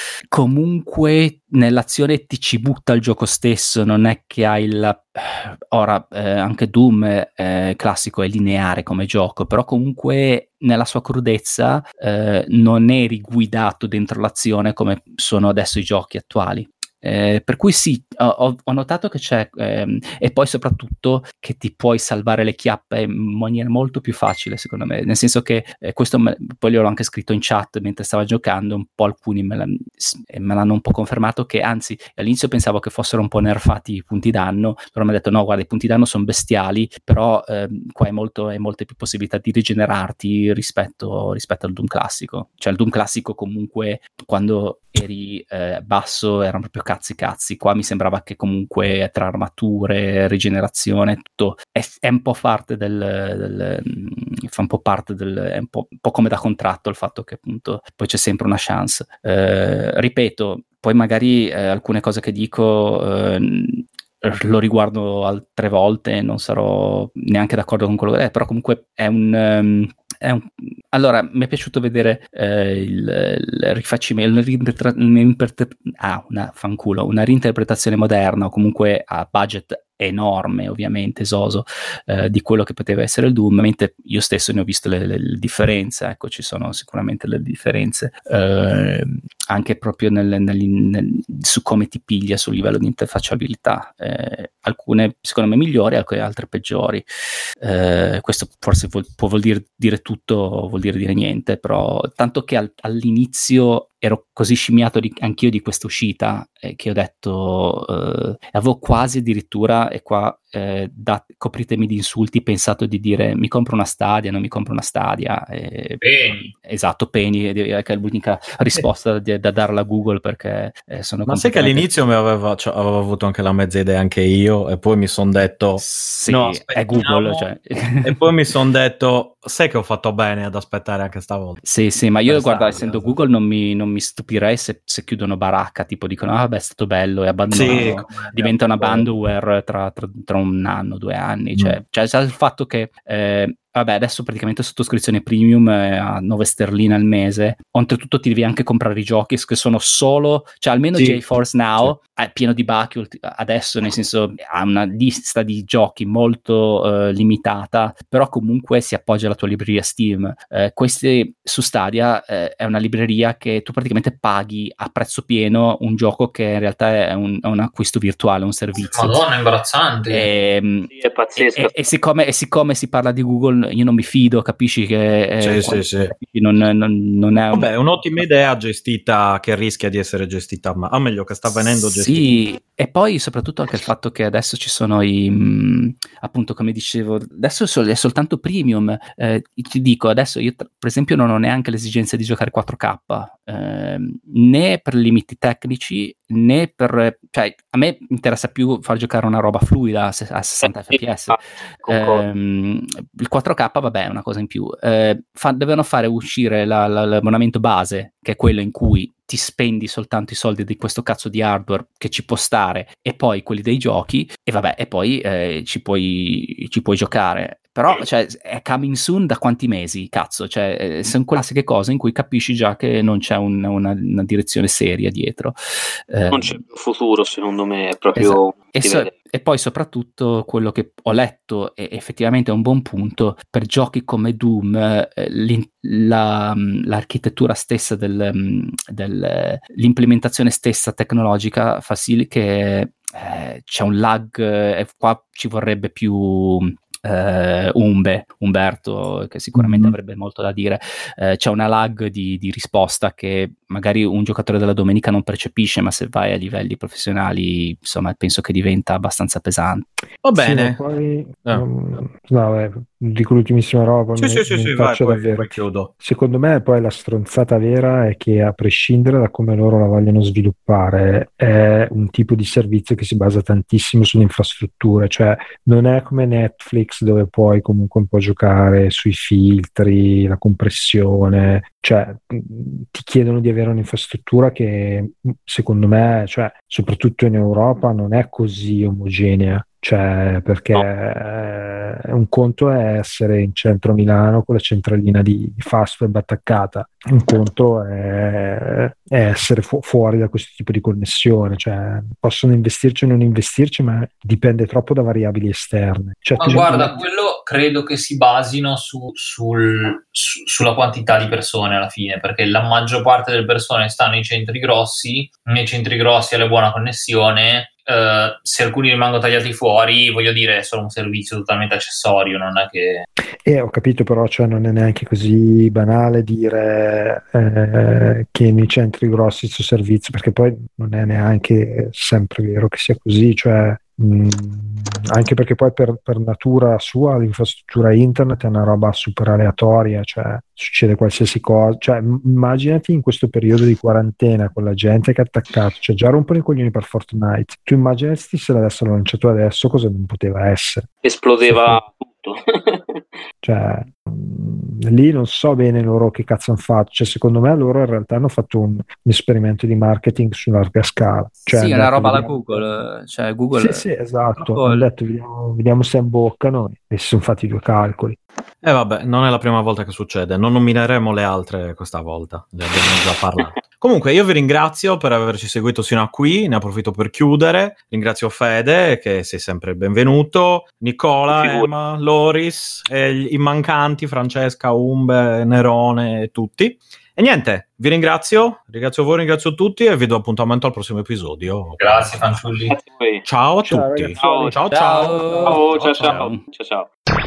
comunque nell'azione ti ci butta il gioco stesso, non è che hai la ora eh, anche Doom eh, classico è lineare come gioco, però comunque nella sua crudezza eh, non è riguidato dentro l'azione come sono adesso i giochi attuali. Eh, per cui sì, ho, ho notato che c'è ehm, e poi soprattutto che ti puoi salvare le chiappe in maniera molto più facile, secondo me, nel senso che eh, questo me, poi gliel'ho anche scritto in chat mentre stava giocando, un po' alcuni me, la, me l'hanno un po' confermato, che anzi all'inizio pensavo che fossero un po' nerfati i punti danno, loro mi hanno detto no guarda i punti danno sono bestiali, però ehm, qua hai, molto, hai molte più possibilità di rigenerarti rispetto, rispetto al Doom classico, cioè il Doom classico comunque quando eri eh, basso erano proprio cazzi cazzi, qua mi sembrava che comunque tra armature, rigenerazione, tutto è, è un po' parte del, del fa un po' parte del è un po', un po' come da contratto il fatto che appunto poi c'è sempre una chance. Eh, ripeto, poi magari eh, alcune cose che dico eh, lo riguardo altre volte, non sarò neanche d'accordo con quello che è, però comunque è un um, è un... Allora, mi è piaciuto vedere eh, il, il rifacimento, il reinterpre- l'interpre- ah, una fanculo, una reinterpretazione moderna o comunque a budget enorme, ovviamente esoso, eh, di quello che poteva essere il Doom, mentre io stesso ne ho visto le, le, le differenze. Ecco, ci sono sicuramente le differenze eh, anche proprio nel, nel, nel, su come ti piglia sul livello di interfacciabilità, eh, alcune secondo me migliori, altre peggiori. Eh, questo forse vuol, può vuol dire, dire tutto, vuol dire dire niente, però tanto che al, all'inizio ero così scimmiato di, anch'io di questa uscita eh, che ho detto eh, avevo quasi addirittura, e qua eh, da, copritemi di insulti, pensato di dire mi compro una Stadia, non mi compro una Stadia, eh, Peni. esatto, Peni, che è l'unica risposta da, da darla a Google, perché eh, sono ma sai che all'inizio mi aveva, cioè, avevo avuto anche la mezza idea anche io, e poi mi sono detto sì, no, è Google, cioè. E poi mi sono detto sai che ho fatto bene ad aspettare anche stavolta. Sì, sì, ma io Per guarda, Stadia, essendo esatto. Google non mi, non mi stupirei se, se chiudono baracca, tipo dicono ah vabbè è stato bello e abbandonano, Sì, diventa una come- bandware tra, tra, tra un anno, due anni, Mm. cioè, cioè c'è il fatto che eh, vabbè adesso praticamente sottoscrizione premium eh, a nove sterline al mese, oltretutto ti devi anche comprare i giochi che sono solo, cioè almeno Sì. GeForce Now è pieno di bug ulti- adesso, nel senso ha una lista di giochi molto eh, limitata, però comunque si appoggia alla tua libreria Steam. Eh, queste su Stadia eh, è una libreria che tu praticamente paghi a prezzo pieno un gioco che in realtà è un, è un acquisto virtuale, un servizio. Madonna, imbarazzante. E, Sì, è pazzesco. e, e, siccome, e siccome si parla di Google, io non mi fido, capisci che eh, Sì, quando- sì, sì. capisci, non, non, non è un... Vabbè, è un'ottima idea gestita, che rischia di essere gestita, ma o meglio che sta venendo gestita. Sì, e poi soprattutto anche il fatto che adesso ci sono i, mh, appunto come dicevo, adesso sol- è soltanto premium, eh, ti dico, adesso io tra- per esempio non ho neanche l'esigenza di giocare quattro K, ehm, né per limiti tecnici, né per, cioè a me interessa più far giocare una roba fluida a, se- a sessanta F P S. Concordo. Ehm, il quattro K vabbè è una cosa in più, eh, fa- devono fare uscire la- la- l'abbonamento base, che è quello in cui ti spendi soltanto i soldi di questo cazzo di hardware che ci può stare, e poi quelli dei giochi, e vabbè, e poi eh, ci puoi ci puoi giocare. Però cioè, è coming soon da quanti mesi, cazzo, cioè eh, sono classiche cose in cui capisci già che non c'è un, una, una direzione seria dietro. Eh, Non c'è più futuro, secondo me, è proprio... Esatto. E, si so- vede. e poi soprattutto quello che ho letto, e effettivamente è un buon punto, per giochi come Doom, eh, l'in- la- l'architettura stessa del, mm, del- l'implementazione stessa tecnologica fa sì che eh, c'è un lag, eh, e qua ci vorrebbe più eh, Umbe, Umberto, che sicuramente Mhm. avrebbe molto da dire. Eh, c'è una lag di, di risposta che magari un giocatore della domenica non percepisce, ma se vai a livelli professionali, insomma, penso che diventa abbastanza pesante. Va Sì, bene. ma poi Ah. um, no, beh, dico l'ultimissima roba, Sì, mi, sì, sì, mi sì, vai, faccio poi, davvero. poi chiudo. Secondo me poi la stronzata vera è che, a prescindere da come loro la vogliono sviluppare, è un tipo di servizio che si basa tantissimo sulle infrastrutture, cioè non è come Netflix dove puoi comunque un po' giocare sui filtri, la compressione, cioè mh, ti chiedono di avere un'infrastruttura che mh, secondo me, cioè soprattutto in Europa, non è così omogenea. Cioè, perché eh, un conto è essere in centro a Milano con la centralina di, di Fastweb attaccata, un conto è, è essere fu- fuori da questo tipo di connessione. Cioè, possono investirci o non investirci, ma dipende troppo da variabili esterne. Cioè, Ma tu- guarda, quello credo che si basino su, sul, su- sulla quantità di persone alla fine, perché la maggior parte delle persone stanno in centri grossi, nei centri grossi alle buona connessione. Uh, se alcuni rimangono tagliati fuori, voglio dire, è solo un servizio totalmente accessorio, non è che... Eh, ho capito, però cioè, non è neanche così banale dire eh, che nei centri grossi questo servizio, perché poi non è neanche sempre vero che sia così, cioè mh, anche perché poi per, per natura sua l'infrastruttura internet è una roba super aleatoria, cioè succede qualsiasi cosa, cioè m- immaginati in questo periodo di quarantena con la gente che è attaccata, cioè già rompono i coglioni per Fortnite, tu immaginati se l'avessero lanciato adesso cosa non poteva essere. Esplodeva tutto. Cioè, mh, lì non so bene loro che cazzo hanno fatto, cioè secondo me loro in realtà hanno fatto un, un esperimento di marketing su larga scala, cioè, sì, è una detto, roba alla vediamo... Google, cioè Google sì sì esatto, proprio... hanno detto vediamo, vediamo se imboccano e si sono fatti due calcoli. E eh vabbè, non è la prima volta che succede, non nomineremo le altre questa volta, ne abbiamo già parlato. Comunque io vi ringrazio per averci seguito sino a qui, ne approfitto per chiudere, ringrazio Fede che sei sempre il benvenuto, Nicola, Figura. Emma, Loris e gli, i mancanti Francesca, Umbe, Nerone e tutti. E niente, vi ringrazio, ringrazio voi, ringrazio tutti e vi do appuntamento al prossimo episodio. Grazie fanciulli. Ciao a Ciao, tutti. ragazzi. Ciao ciao ciao. Ciao, ciao, ciao, ciao, ciao.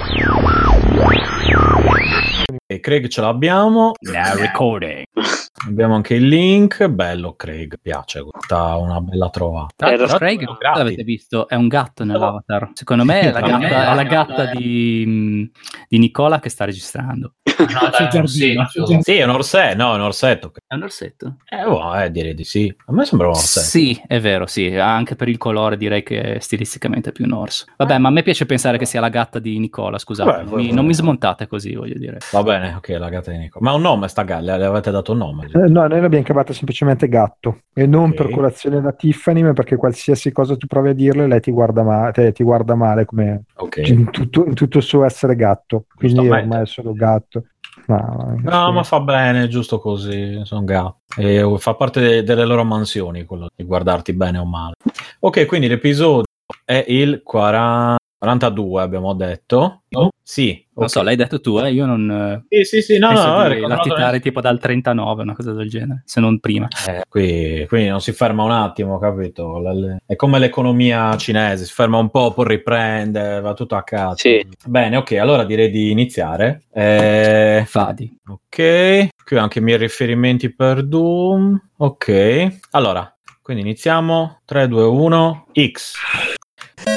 E Craig ce l'abbiamo. Now recording. Abbiamo anche il link. Bello Craig, piace, questa una bella trovata. Tra l'altro Era- Craig, Grazie. l'avete visto, è un gatto nell'avatar. Secondo me è la Secondo me gatta, è è la la gatta gatta di, di Nicola che sta registrando. No, dai, un orsetto. Sì, è un orsetto, no, è un orsetto. È un orsetto? Eh, boh, eh, direi di sì. A me sembra un orsetto. Sì, è vero, sì, anche per il colore direi che è stilisticamente più un orso. Vabbè, ma a me piace pensare che sia la gatta di Nicola, scusate, Vabbè, non, vabbè. mi, non mi smontate così, voglio dire. Va bene, ok, la gatta di Nico. Ma un nome sta gatta, le avete dato un nome? Eh, no, noi l'abbiamo chiamata semplicemente gatto e non Ok. per colazione da Tiffany, ma perché qualsiasi cosa tu provi a dirle lei ti guarda, ma- te- ti guarda male come Ok. in tutto, in tutto il suo essere gatto, quindi Giustamente. ormai è solo gatto. Ma, No, sì. ma fa bene, giusto così, sono gatto. E fa parte de- delle loro mansioni, quello di guardarti bene o male. Ok, quindi l'episodio è il quaranta quarantadue, abbiamo detto. No? Sì. Non ok. so, l'hai detto tu, eh? Io non... Sì, sì, sì, no, penso no, no, di ricordo- latitare tipo dal trentanove, una cosa del genere, se non prima. Eh, qui, quindi non si ferma un attimo, capito? Le- le- È come l'economia cinese, si ferma un po', poi riprende, va tutto a cazzo. Sì. Bene, ok, allora direi di iniziare. Eh, Fadi. ok, qui ho anche i miei riferimenti per Doom. Ok, allora, quindi iniziamo. tre, due, uno, X.